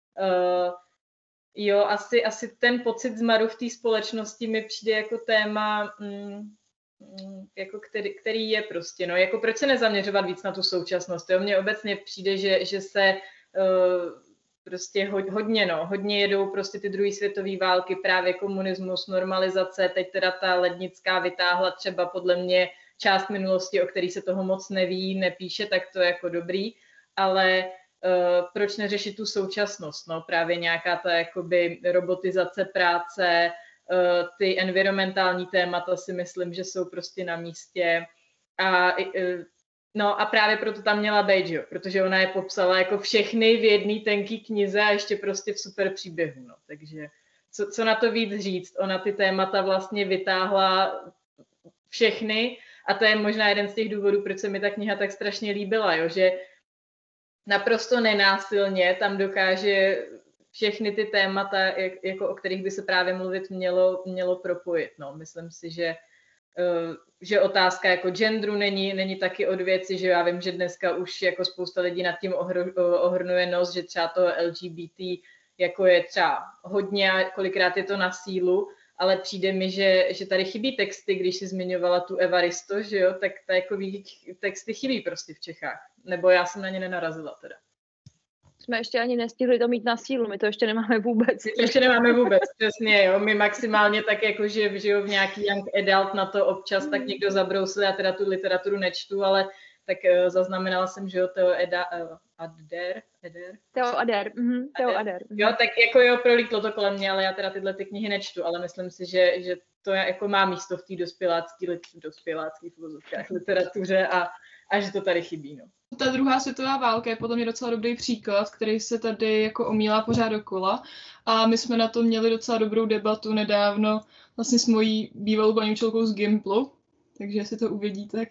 jo, asi ten pocit zmaru v té společnosti mi přijde jako téma, jako který je prostě, no, jako proč se nezaměřovat víc na tu současnost, jo, mně obecně přijde, že se prostě hodně jedou prostě ty druhé světové války, právě komunismus, normalizace, teď teda ta Lednická vytáhla třeba podle mě část minulosti, o který se toho moc neví, nepíše, tak to je jako dobrý, ale proč neřešit tu současnost, no, právě nějaká ta jakoby robotizace práce, ty environmentální témata si myslím, že jsou prostě na místě a právě proto tam měla být, jo, protože ona je popsala jako všechny v jedné tenký knize a ještě prostě v super příběhu, no, takže co na to víc říct, ona ty témata vlastně vytáhla všechny a to je možná jeden z těch důvodů, proč se mi ta kniha tak strašně líbila, jo, že naprosto nenásilně tam dokáže všechny ty témata, jako o kterých by se právě mluvit mělo propojit. No. Myslím si, že otázka jako genderu není taky od věci, že já vím, že dneska už jako spousta lidí nad tím ohrnuje nos, že třeba to LGBT jako je třeba hodně a kolikrát je to na sílu, ale přijde mi, že tady chybí texty, když si zmiňovala tu Evaristo, že jo, tak takový texty chybí prostě v Čechách. Nebo já jsem na ně nenarazila teda. Jsme ještě ani nestihli to mít na sílu, my to ještě nemáme vůbec. My to ještě nemáme vůbec, přesně, jo. My maximálně tak jako, že žiju v nějaký young adult na to občas, tak někdo zabrousil, já teda tu literaturu nečtu, ale tak zaznamenala jsem, že jo, Theo Ader. Jo, tak jako jo, prolítlo to kolem mě, ale já teda tyhle ty knihy nečtu, ale myslím si, že to jako má místo v té dospělácké literatuře a že to tady chybí, no. Ta druhá světová válka je podle mě docela dobrý příklad, který se tady jako omílá pořád dokola. A my jsme na to měli docela dobrou debatu nedávno vlastně s mojí bývalou paníčelkou z Gimplu, takže jestli to uvidí, tak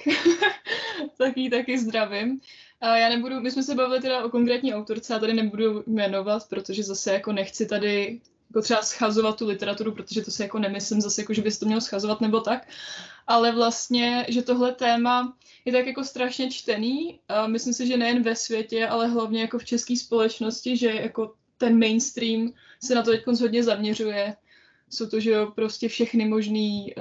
taky zdravím. My jsme se bavili teda o konkrétní autorce, já tady nebudu jmenovat, protože zase jako nechci tady jako třeba schazovat tu literaturu, protože to si jako nemyslím zase jako, že by se to mělo schazovat nebo tak, ale vlastně, že tohle téma je tak jako strašně čtený. Myslím si, že nejen ve světě, ale hlavně jako v české společnosti, že jako ten mainstream se na to teď hodně zaměřuje. Jsou to, že jo, prostě všechny možný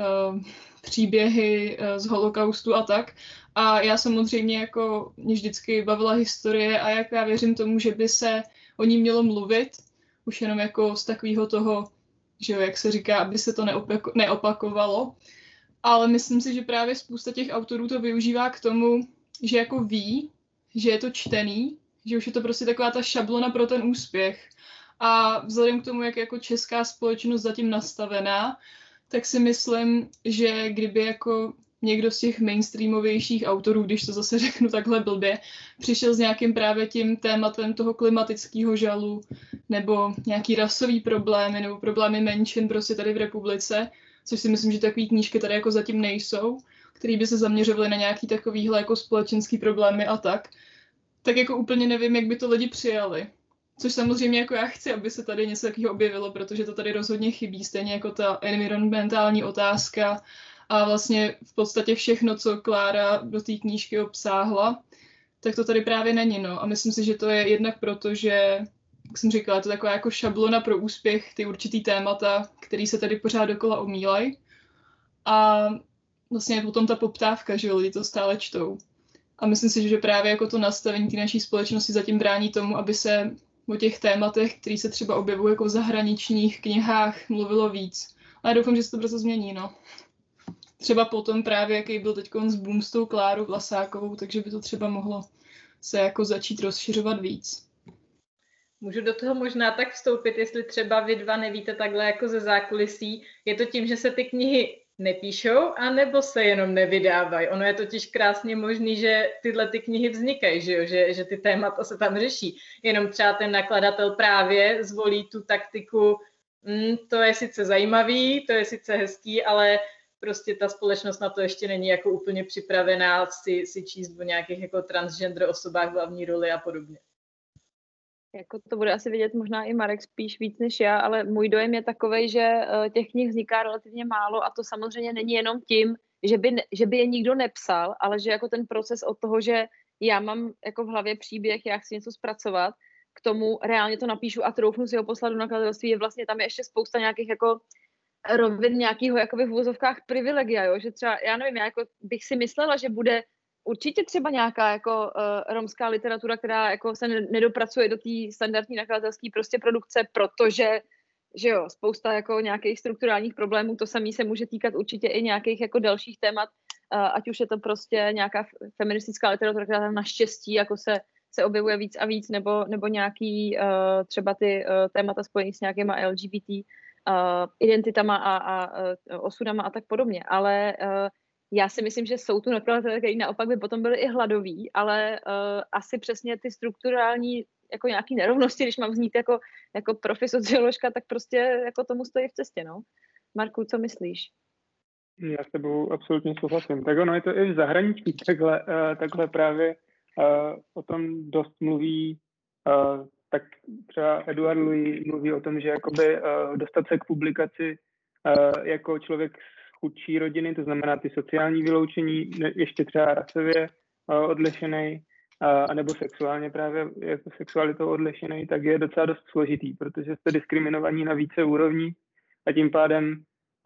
příběhy z holokaustu a tak. A já samozřejmě jako mě vždycky bavila historie a jak já věřím tomu, že by se o ní mělo mluvit, už jenom jako z takového toho, že jo, jak se říká, aby se to neopakovalo. Ale myslím si, že právě spousta těch autorů to využívá k tomu, že jako ví, že je to čtený, že už je to prostě taková ta šablona pro ten úspěch. A vzhledem k tomu, jak je jako česká společnost zatím nastavená, tak si myslím, že kdyby jako někdo z těch mainstreamovějších autorů, když to zase řeknu takhle blbě, přišel s nějakým právě tím tématem toho klimatického žalu, nebo nějaký rasový problémy, nebo problémy menšin prostě tady v republice, což si myslím, že takové knížky tady jako zatím nejsou, které by se zaměřovaly na nějaký takovýhle jako společenský problémy a tak jako úplně nevím, jak by to lidi přijali. Což samozřejmě jako já chci, aby se tady něco takového objevilo, protože to tady rozhodně chybí, stejně jako ta environmentální otázka a vlastně v podstatě všechno, co Klára do té knížky obsáhla, tak to tady právě není, no. A myslím si, že to je jednak proto, že, jak jsem říkala, je to taková jako šablona pro úspěch, ty určitý témata, který se tady pořád dokola omílají. A vlastně je potom ta poptávka, že lidi to stále čtou. A myslím si, že právě jako to nastavení té naší společnosti zatím brání tomu, aby se o těch tématech, které se třeba objevují jako v zahraničních knihách, mluvilo víc. A já doufám, že se to brzo změní, no. Třeba potom právě, jaký byl teď s boom s tou Klárou Vlasákovou, takže by to třeba mohlo se jako začít rozšiřovat víc. Můžu do toho možná tak vstoupit, jestli třeba vy dva nevíte takhle jako ze zákulisí. Je to tím, že se ty knihy nepíšou, anebo se jenom nevydávají? Ono je totiž krásně možný, že tyhle ty knihy vznikají, že, jo? Že ty témata se tam řeší. Jenom třeba ten nakladatel právě zvolí tu taktiku, to je sice zajímavý, to je sice hezký, ale prostě ta společnost na to ještě není jako úplně připravená si číst o nějakých jako transgender osobách v hlavní roli a podobně. Jako to bude asi vidět možná i Marek spíš víc než já, ale můj dojem je takovej, že těch knih vzniká relativně málo a to samozřejmě není jenom tím, že by je nikdo nepsal, ale že jako ten proces od toho, že já mám jako v hlavě příběh, já chci něco zpracovat, k tomu reálně to napíšu a troufnu si ho poslat do nakladatelství, je vlastně tam je ještě spousta nějakých jako rovin nějakého jakoby v uvozovkách privilegia, jo? Že třeba, já nevím, já jako bych si myslela, že bude určitě třeba nějaká jako romská literatura, která jako se nedopracuje do té standardní nakladatelské prostě produkce, protože že jo, spousta jako nějakých strukturálních problémů, to samé se může týkat určitě i nějakých jako dalších témat, ať už je to prostě nějaká feministická literatura, která tam naštěstí jako se objevuje víc a víc, nebo nějaký třeba ty témata spojený s nějakýma LGBT identitama a osudama a tak podobně, ale já si myslím, že jsou tu nakladatelé, kteří naopak by potom byli i hladoví, ale asi přesně ty strukturální jako nějaký nerovnosti, když mám znít jako profesocioložka, tak prostě jako tomu stojí v cestě, no. Marku, co myslíš? Já s tebou absolutně souhlasím. Tak ono je to i v zahraničí, takhle právě o tom dost mluví tak třeba Eduard Louis mluví o tom, že jakoby dostat se k publikaci jako člověk z chudší rodiny, to znamená ty sociální vyloučení, ještě třeba rasově odlišený, anebo sexuálně právě jako sexualitou odlišený, tak je docela dost složitý, protože jste diskriminovaní na více úrovní a tím pádem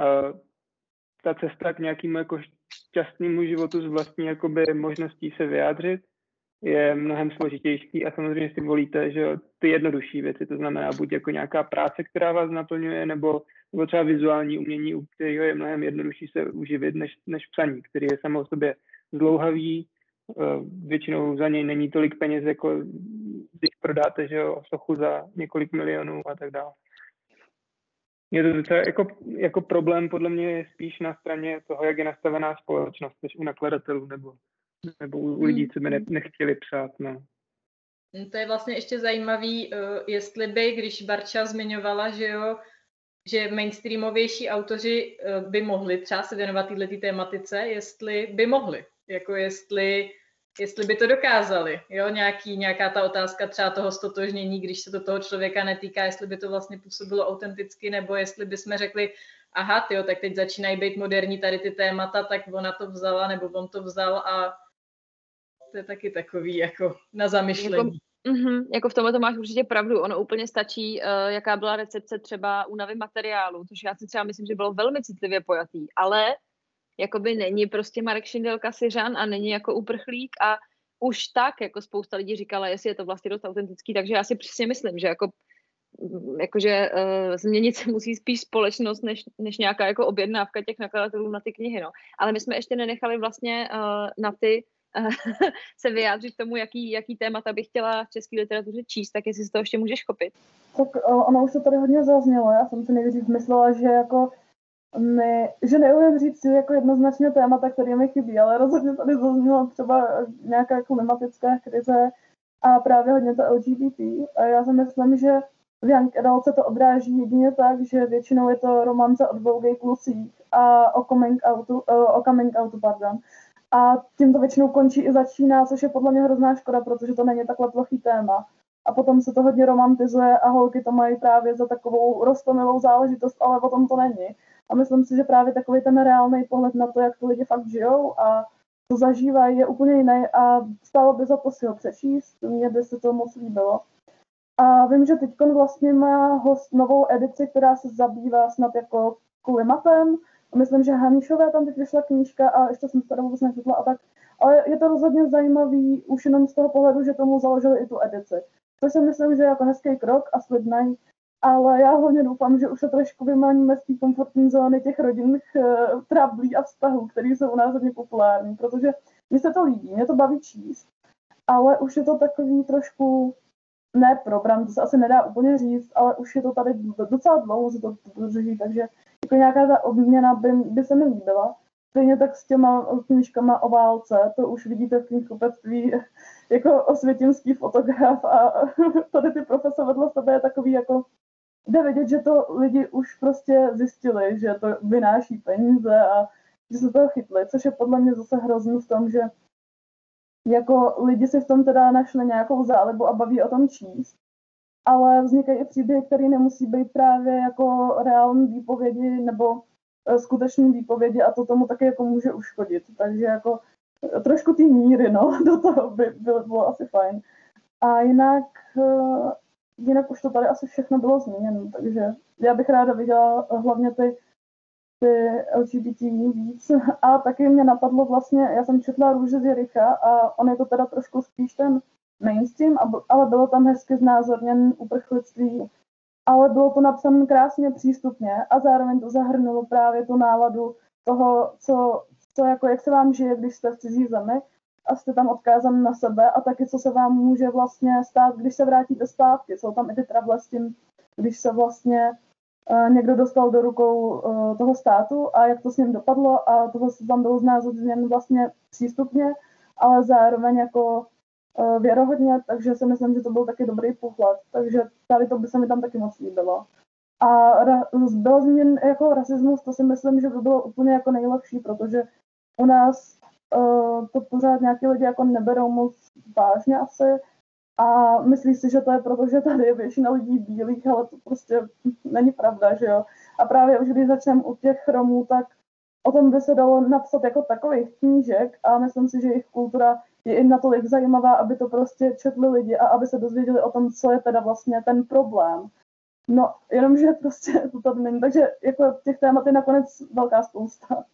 ta cesta k nějakému jako šťastnému životu s vlastní jakoby možností se vyjádřit je mnohem složitější a samozřejmě si volíte, že ty jednodušší věci, to znamená buď jako nějaká práce, která vás naplňuje, nebo třeba vizuální umění, u kterého je mnohem jednodušší se uživit než psaní, který je samo o sobě zdlouhavý, většinou za něj není tolik peněz, jako když prodáte, že jo, sochu za několik milionů a tak dále. Je to docela jako problém podle mě je spíš na straně toho, jak je nastavená společnost, než u nakladatelů nebo u lidí, co by nechtěli psát. No. To je vlastně ještě zajímavý, jestli by, když Barča zmiňovala, že jo, že mainstreamovější autoři by mohli třeba se věnovat této tématice, jestli by mohli, jako jestli by to dokázali, jo, nějaká ta otázka třeba toho stotožnění, když se to toho člověka netýká, jestli by to vlastně působilo autenticky, nebo jestli bychom řekli, aha, tyjo, tak teď začínají být moderní tady ty témata, tak ona to vzala, nebo on to vzal a to je taky takový jako na zamyšlení. Jako v tomhle to máš určitě pravdu. Ono úplně stačí, jaká byla recepce třeba únavy materiálu, což já si třeba myslím, že bylo velmi citlivě pojatý, ale jakoby není prostě Marek Šindel kasyřan a není jako uprchlík a už tak jako spousta lidí říkala, jestli je to vlastně dost autentický, takže já si přesně myslím, že jakože změnit se musí spíš společnost, než nějaká jako objednávka těch nakladatelů na ty knihy, no. Ale my jsme ještě nenechali vlastně na ty se vyjádřit tomu, jaký témata bych chtěla v české literatuře číst, tak jestli si to ještě můžeš chopit. Tak ono už to tady hodně zaznělo, já jsem si nejdřív myslela, že jako že neumím říct jako jednoznačně témata, které mi chybí, ale rozhodně tady zaznělo třeba nějaká klimatická krize a právě hodně to LGBT. A já si myslím, že v young adult se to odráží jedině tak, že většinou je to romance o dvou gay klusích a o coming outu, pardon. A tím to většinou končí i začíná, což je podle mě hrozná škoda, protože to není takhle plochý téma. A potom se to hodně romantizuje a holky to mají právě za takovou roztomilou záležitost, ale o tom to není. A myslím si, že právě takový ten reálný pohled na to, jak ty lidi fakt žijou a to zažívají, je úplně jiný a stálo by za to si ho přečíst, mně by se to moc líbilo. A vím, že teď vlastně má host novou edici, která se zabývá snad jako klimatem. Myslím, že Hanišové tam teď vyšla knížka a ještě jsem se tady vůbec nečetla a tak. Ale je to rozhodně zajímavý už jenom z toho pohledu, že tomu založili i tu edici. To si myslím, že je jako hezký krok a slibnej. Ale já hlavně doufám, že už se trošku vymaníme z té komfortní zóny těch rodinných trablí a vztahů, které jsou u nás hodně populární, protože mně se to líbí, mě to baví číst, ale už je to takový trošku neprobran, to se asi nedá úplně říct, ale už je to tady docela dlouho, se to drží, takže jako nějaká ta obměna by se mi líbila. Stejně tak s těma knížkama o válce, to už vidíte v knihkupectví jako osvětimský fotograf a tady ty profese vedle sebe je takový jako jde vidět, že to lidi už prostě zjistili, že to vynáší peníze a že se toho chytli, což je podle mě zase hrozný v tom, že jako lidi si v tom teda našli nějakou zálibu a baví o tom číst, ale vznikají i příběhy, které nemusí být právě jako reální výpovědi nebo skutečný výpovědi a to tomu taky jako může uškodit, takže jako trošku ty míry, no, do toho by bylo asi fajn. A jinak už to tady asi všechno bylo zmíněno, takže já bych ráda viděla hlavně ty LGBT víc. A taky mě napadlo vlastně, já jsem četla Růže z Jericha a on je to teda trošku spíš ten mainstream, ale bylo tam hezky znázorněn uprchlictví, ale bylo to napsané krásně přístupně a zároveň to zahrnulo právě tu náladu toho, co jako jak se vám žije, když jste v cizí zemi a jste tam odkázaný na sebe a taky, co se vám může vlastně stát, když se vrátíte zpátky. Jsou tam i ty trable s tím, když se vlastně někdo dostal do rukou toho státu a jak to s ním dopadlo a toho se tam bylo znázorněn vlastně přístupně, ale zároveň jako věrohodně, takže si myslím, že to byl taky dobrý pohled, takže tady to by se mi tam taky moc líbilo. A byl zmíněn jako rasismus, to si myslím, že by bylo úplně jako nejlepší, protože u nás to pořád nějaký lidi jako neberou moc vážně asi A myslí si, že to je proto, že tady je většina lidí bílých, ale to prostě není pravda, že jo. A právě už když začneme u těch Romů, tak o tom by se dalo napsat jako takových knížek a myslím si, že jejich kultura je i natolik zajímavá, aby to prostě četli lidi a aby se dozvěděli o tom, co je teda vlastně ten problém. No, jenomže prostě to tady není, takže jako těch témat je nakonec velká spousta.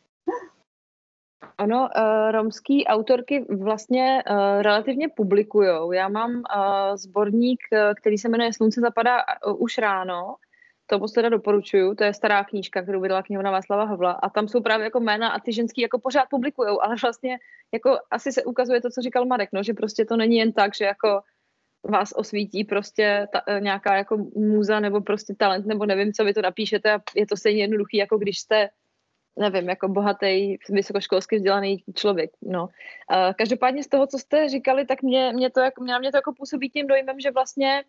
Ono, romský autorky vlastně relativně publikujou. Já mám sborník, který se jmenuje Slunce zapadá už ráno. To moc teda doporučuju, to je stará knížka, kterou vydala knihovna Václava Havla a tam jsou právě jako jména a ty ženský jako pořád publikujou, ale vlastně jako asi se ukazuje to, co říkal Marek, no, že prostě to není jen tak, že jako vás osvítí prostě nějaká jako můza nebo prostě talent, nebo nevím, co vy to napíšete a je to stejně jednoduchý, jako když jste, nevím, jako bohatý, vysokoškolsky vzdělaný člověk, no. Každopádně z toho, co jste říkali, tak mě to jako působí tím dojmem, že vlastně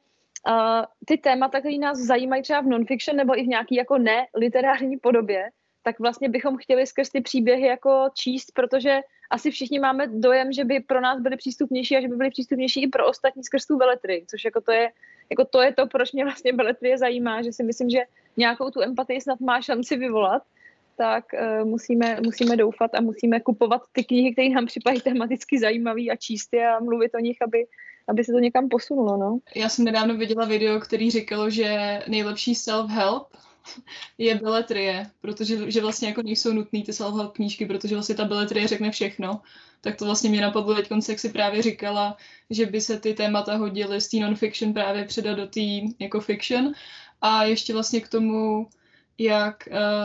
ty témata, které nás zajímají třeba v non-fiction nebo i v nějaký jako neliterární podobě, tak vlastně bychom chtěli skrz ty příběhy jako číst, protože asi všichni máme dojem, že by pro nás byly přístupnější a že by byly přístupnější i pro ostatní skrz tu beletrii, což jako to je to, proč mě vlastně beletrie zajímá, že si myslím, že nějakou tu empatii snad má šanci vyvolat, tak musíme doufat a musíme kupovat ty knihy, které nám připadají tematicky zajímavý a číst je a mluvit o nich, aby se to někam posunulo, no. Já jsem nedávno viděla video, který říkalo, že nejlepší self-help je beletrie, protože že vlastně jako nejsou nutný ty self-help knížky, protože vlastně ta beletrie řekne všechno. Tak to vlastně mě napadlo teď, jak si právě říkala, že by se ty témata hodily z té non-fiction právě předat do té jako fiction. A ještě vlastně k tomu, jak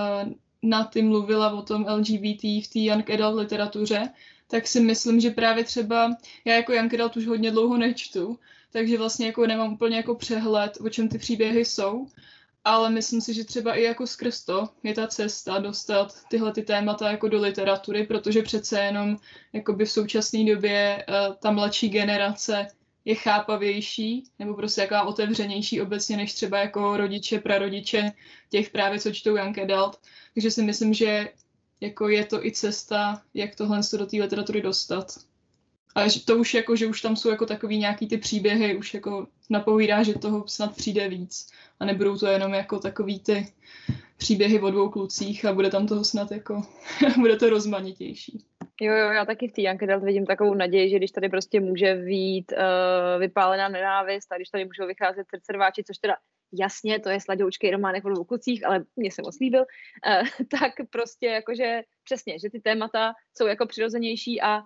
Naty mluvila o tom LGBT v té young adult literatuře, tak si myslím, že právě třeba já jako young adult už hodně dlouho nečtu, takže vlastně jako nemám úplně jako přehled, o čem ty příběhy jsou, ale myslím si, že třeba i jako skrz to je ta cesta dostat tyhle ty témata jako do literatury, protože přece jenom jakoby v současné době ta mladší generace je chápavější, nebo prostě jaká otevřenější obecně, než třeba jako rodiče, prarodiče těch právě, co čtou young adult. Takže si myslím, že jako je to i cesta, jak tohle do té literatury dostat. A to už jako, že už tam jsou jako takový nějaký ty příběhy, už jako napovídá, že toho snad přijde víc. A nebudou to jenom jako takový ty příběhy o dvou klucích a bude tam toho snad jako, bude to rozmanitější. Jo, já taky v té young adult vidím takovou naději, že když tady prostě může vyjít vypálená nenávist a když tady můžou vycházet srdcerváči, což teda jasně, to je sladoučkej románek o dvou klucích, ale mě se moc líbil, tak prostě jakože přesně, že ty témata jsou jako přirozenější a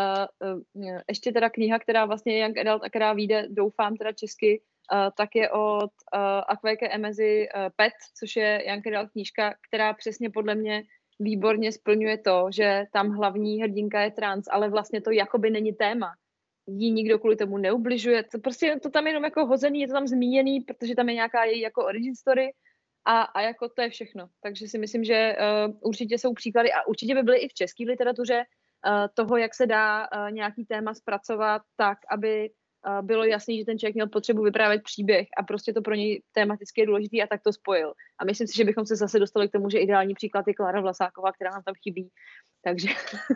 ještě teda kniha, která vlastně je young adult a která vyjde, doufám teda česky, tak je od Akvéke Emezi Pet, což je young adult knížka, která přesně podle mě výborně splňuje to, že tam hlavní hrdinka je trans, ale vlastně to jakoby není téma. Jí nikdo kvůli tomu neubližuje. Prostě to tam jenom jako hozený, je to tam zmíněný, protože tam je nějaká její jako origin story a jako to je všechno. Takže si myslím, že určitě jsou příklady a určitě by byly i v české literatuře toho, jak se dá nějaký téma zpracovat tak, aby bylo jasný, že ten člověk měl potřebu vyprávět příběh a prostě to pro něj tematicky je důležitý a tak to spojil. A myslím si, že bychom se zase dostali k tomu, že ideální příklad je Klára Vlasáková, která nám tam chybí. Takže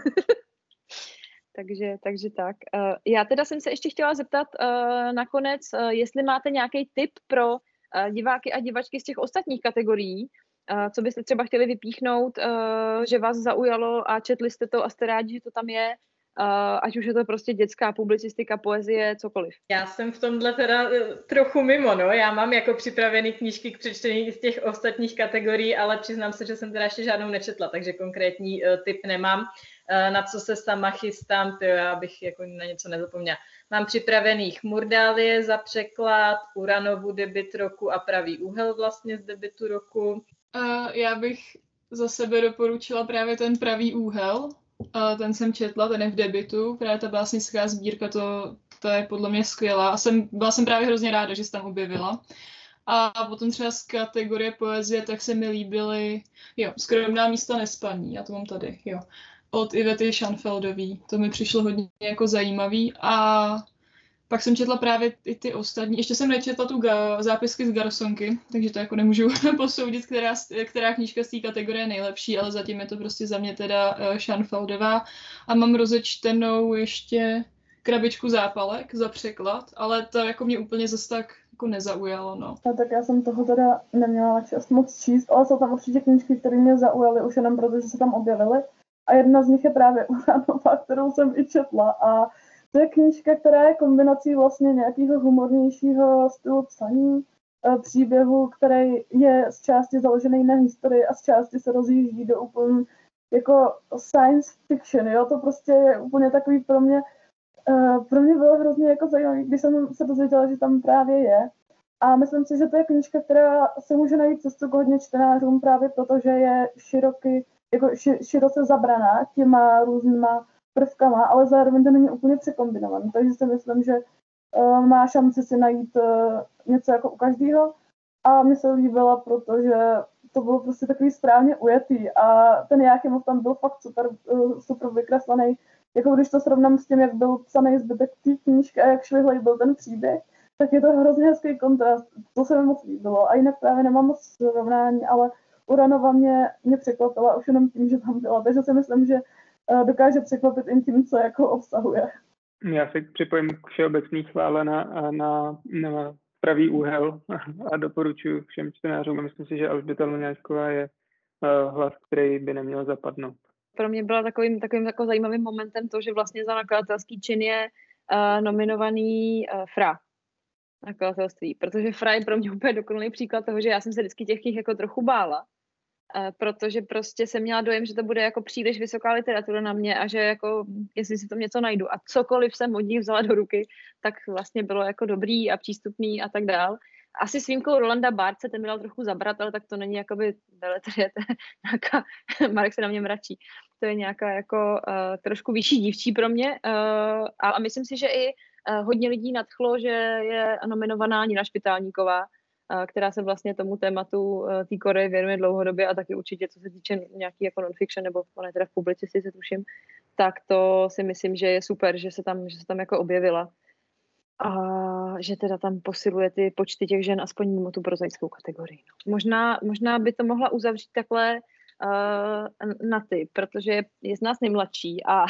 takže tak. Já teda jsem se ještě chtěla zeptat nakonec, jestli máte nějaký tip pro diváky a divačky z těch ostatních kategorií, co byste třeba chtěli vypíchnout, že vás zaujalo a četli jste to a jste rádi, že to tam je, ať už je to prostě dětská publicistika, poezie, cokoliv. Já jsem v tomhle teda trochu mimo, no. Já mám jako připravený knížky k přečtení i z těch ostatních kategorií, ale přiznám se, že jsem teda ještě žádnou nečetla, takže konkrétní tip nemám. Na co se sama chystám, já bych jako na něco nezapomněla. Mám připravených Murdálie za překlad, Uranovu debut roku a Pravý úhel vlastně z debutu roku. Já bych za sebe doporučila právě ten Pravý úhel. Ten jsem četla, ten je v debutu, právě ta básnická sbírka, to je podle mě skvělá. A byla jsem právě hrozně ráda, že se tam objevila. A potom třeba z kategorie poezie, tak se mi líbily, Skromná místa nespaní, já to mám tady, od Ivety Schanfeldový. To mi přišlo hodně jako zajímavý. A pak jsem četla právě i ty ostatní. Ještě jsem nečetla tu zápisky z Garsonky, takže to jako nemůžu posoudit, která knížka z té kategorie je nejlepší, ale zatím je to prostě za mě teda Schanfeldová. A mám rozečtenou ještě krabičku zápalek za překlad, ale to jako mě úplně zase tak jako nezaujalo, no. No, tak já jsem toho teda neměla čas moc číst, ale jsou tam určitě knížky, které mě zaujaly už jenom proto, že se tam objevily. A jedna z nich je právě Uranova, kterou jsem i četla. A to je knížka, která je kombinací vlastně nějakého humornějšího stylu psaní, příběhu, který je z části založený na historii a z části se rozjíždí do úplně jako science fiction, jo, to prostě je úplně takový pro mě bylo hrozně jako zajímavý, když jsem se dozvěděla, že tam právě je. A myslím si, že to je knížka, která se může najít cestu k hodně čtenářům právě proto, že je široce zabraná těma různýma prvkama, ale zároveň to není úplně překombinovaný. Takže si myslím, že má šanci si najít něco jako u každého. A mně se líbila, protože to bylo prostě takový správně ujetý a ten Jáchymov tam byl fakt super vykreslený. Jako když to srovnám s tím, jak byl psaný zbytek té knížky a jak švihlej byl ten příběh, tak je to hrozně hezký kontrast. To se mi moc líbilo. A jinak právě nemám moc srovnání, ale Uranova mě překvapila už jenom tím, že tam byla. Takže si myslím, že dokáže překvapit i tím, co jako obsahuje. Já se připojím k všeobecný chvále na pravý úhel a doporučuji všem čtenářům. Myslím si, že Alžběta Luňáčková je hlas, který by neměl zapadnout. Pro mě byla takovým jako zajímavým momentem to, že vlastně za nakladatelský čin je nominovaný FRA nakladatelství, protože FRA je pro mě úplně dokonalý příklad toho, že já jsem se vždycky těch knih jako trochu bála, protože prostě jsem měla dojem, že to bude jako příliš vysoká literatura na mě a že jako, jestli si to něco najdu a cokoliv jsem od nich vzala do ruky, tak vlastně bylo jako dobrý a přístupný a tak dál. Asi s výjimkou Rolanda Barthe, ten mi dal trochu zabrat, ale tak to není jakoby beletrie, nějaká, Marek se na mě mračí. To je nějaká jako trošku vyšší dívčí pro mě a myslím si, že i hodně lidí nadchlo, že je nominovaná Nina Špitálníková, která se vlastně tomu tématu té Koreje věnuje dlouhodobě a taky určitě, co se týče nějaký jako non-fiction, nebo ona je teda v publicistice, tuším, tak to si myslím, že je super, že se tam jako objevila. A že teda tam posiluje ty počty těch žen aspoň mimo tu prozaickou kategorii. Možná by to mohla uzavřít takhle na ty, protože je z nás nejmladší a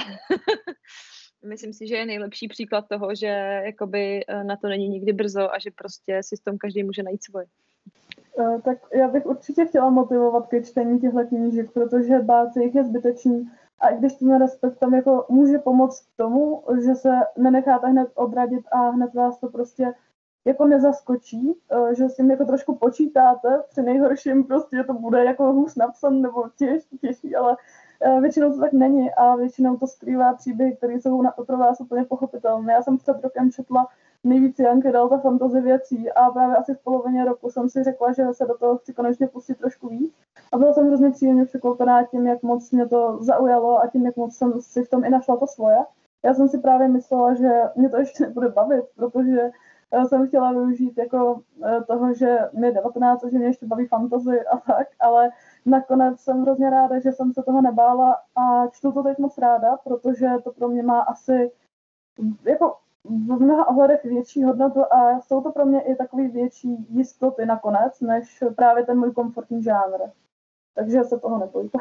myslím si, že je nejlepší příklad toho, že jakoby na to není nikdy brzo a že prostě si s tom každý může najít svoje. Tak já bych určitě chtěla motivovat ke čtení těchto knížek, protože bát se jich je zbytečný. A i když ten respekt tam jako může pomoct k tomu, že se nenecháte hned odradit a hned vás to prostě jako nezaskočí, že s tím jako trošku počítáte, při nejhorším prostě to bude jako hůř napsan nebo těžší, ale většinou to tak není a většinou to skrývá příběhy, které jsou pro vás úplně pochopitelné. Já jsem před rokem četla nejvíc Janky Dalta fantasy věcí a právě asi v polovině roku jsem si řekla, že se do toho chci konečně pustit trošku víc. A byla jsem hrozně příjemně překvapená tím, jak moc mě to zaujalo a tím, jak moc jsem si v tom i našla to svoje. Já jsem si právě myslela, že mě to ještě nebude bavit, protože jsem chtěla využít jako toho, že mi je 19 a že mě ještě baví fantasy a tak, ale nakonec jsem hrozně ráda, že jsem se toho nebála a čtu to teď moc ráda, protože to pro mě má asi jako v mnoha ohledech větší hodnotu a jsou to pro mě i takový větší jistoty nakonec, než právě ten můj komfortní žánr. Takže se toho nebojte.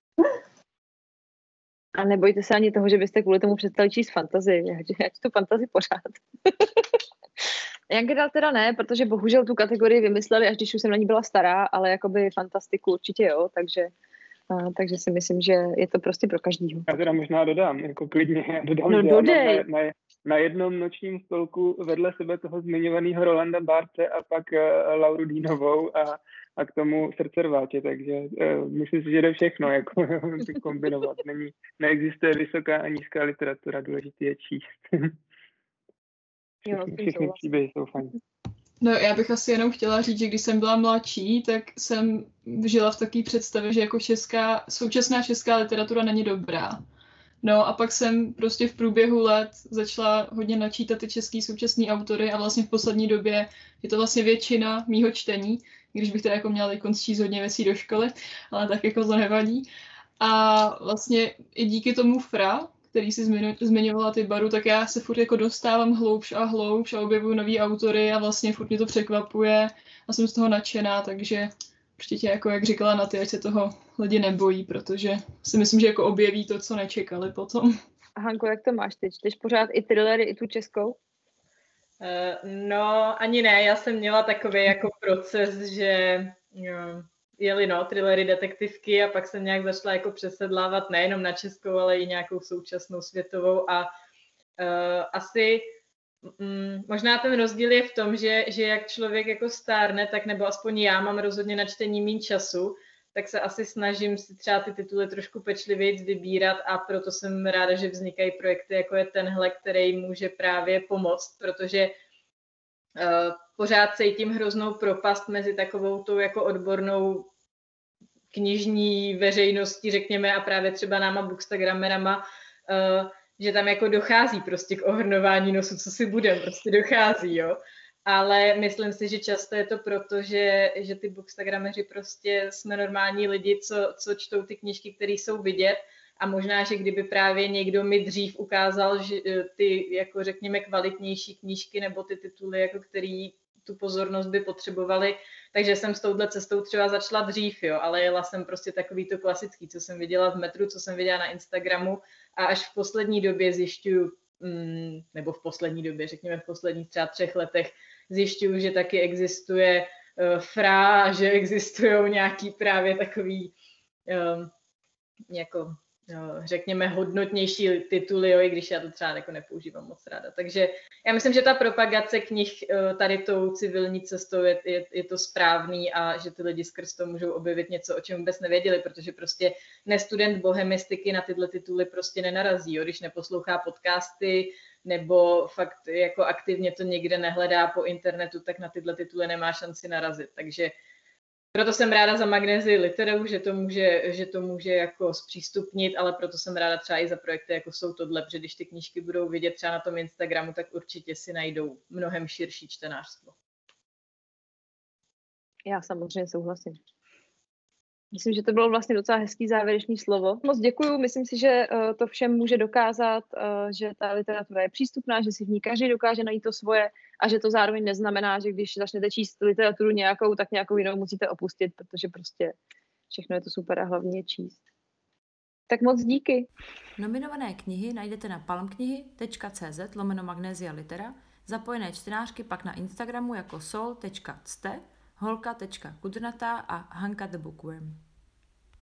A nebojte se ani toho, že byste kvůli tomu přestali číst fantasy. Já čtu fantasy pořád. Young Adult teda ne, protože bohužel tu kategorii vymysleli, až když už jsem na ní byla stará, ale jakoby fantastiku určitě jo, takže si myslím, že je to prostě pro každýho. Já teda možná dodám, jako klidně dodám, no, že na jednom nočním stolku vedle sebe toho zmiňovaného Rolanda Barthe a pak Lauru Dínovou a k tomu Srdce rváče, takže myslím si, že jde všechno jako kombinovat. Neexistuje vysoká a nízká literatura, důležitý je číst. Všechny příběhy jsou fajn. No, já bych asi jenom chtěla říct, že když jsem byla mladší, tak jsem žila v takové představě, že jako současná česká literatura není dobrá. No a pak jsem prostě v průběhu let začala hodně načítat ty český současný autory a vlastně v poslední době je to vlastně většina mýho čtení, když bych teda jako měla číst hodně věcí do školy, ale tak jako to nevadí. A vlastně i díky tomu FRA, který si zmiňovala ty Baru, tak já se furt jako dostávám hloubš a objevuju nový autory a vlastně furt mě to překvapuje a jsem z toho nadšená, takže určitě jako jak říkala Naty, ať se toho lidi nebojí, protože si myslím, že jako objeví to, co nečekali potom. Hanko, jak to máš ty? Čteš pořád i thrillery, i tu českou? No, ani ne, já jsem měla takový jako proces, že jeli thrillery, detektivky a pak jsem nějak začala jako přesedlávat nejenom na českou, ale i nějakou současnou světovou a asi možná ten rozdíl je v tom, že jak člověk jako stárne, tak nebo aspoň já mám rozhodně na čtení méně času, tak se asi snažím si třeba ty tituly trošku pečlivěji vybírat a proto jsem ráda, že vznikají projekty, jako je tenhle, který může právě pomoct, protože pořád cítím hroznou propast mezi takovou tou jako odbornou knižní veřejností, řekněme, a právě třeba náma bookstagramerama, že tam jako dochází prostě k ohrnování nosu, co si budem, prostě dochází, jo. Ale myslím si, že často je to proto, že ty bookstagrameři prostě jsme normální lidi, co čtou ty knížky, které jsou vidět a možná, že kdyby právě někdo mi dřív ukázal, že ty jako řekněme kvalitnější knížky nebo ty tituly, jako který tu pozornost by potřebovali, takže jsem s touhle cestou třeba začala dřív, jo, ale jela jsem prostě takový to klasický, co jsem viděla v metru, co jsem viděla na Instagramu a až v poslední době zjišťuju, nebo v poslední době, řekněme v posledních třeba 3 letech, zjišťuju, že taky existuje FRA, že existují nějaký právě takový jako řekněme hodnotnější tituly, jo, i když já to třeba jako nepoužívám moc ráda. Takže já myslím, že ta propagace knih tady tou civilní cestou je to správný a že ty lidi skrz to můžou objevit něco, o čem vůbec nevěděli, protože prostě nestudent bohemistiky na tyhle tituly prostě nenarazí, jo, když neposlouchá podcasty nebo fakt jako aktivně to někde nehledá po internetu, tak na tyhle tituly nemá šanci narazit. Takže proto jsem ráda za Magnézii literu, že to může jako zpřístupnit, ale proto jsem ráda třeba i za projekty, jako jsou tohle, protože když ty knížky budou vidět třeba na tom Instagramu, tak určitě si najdou mnohem širší čtenářstvo. Já samozřejmě souhlasím. Myslím, že to bylo vlastně docela hezký závěrečný slovo. Moc děkuju, myslím si, že to všem může dokázat, že ta literatura je přístupná, že si v ní každý dokáže najít to svoje a že to zároveň neznamená, že když začnete číst literaturu nějakou, tak nějakou jinou musíte opustit, protože prostě všechno je to super a hlavně je číst. Tak moc díky. Nominované knihy najdete na palmknihy.cz/Magnézia litera, zapojené čtenářky pak na Instagramu jako sol.cte, holka.kudrnatá a Hanka the Bookworm.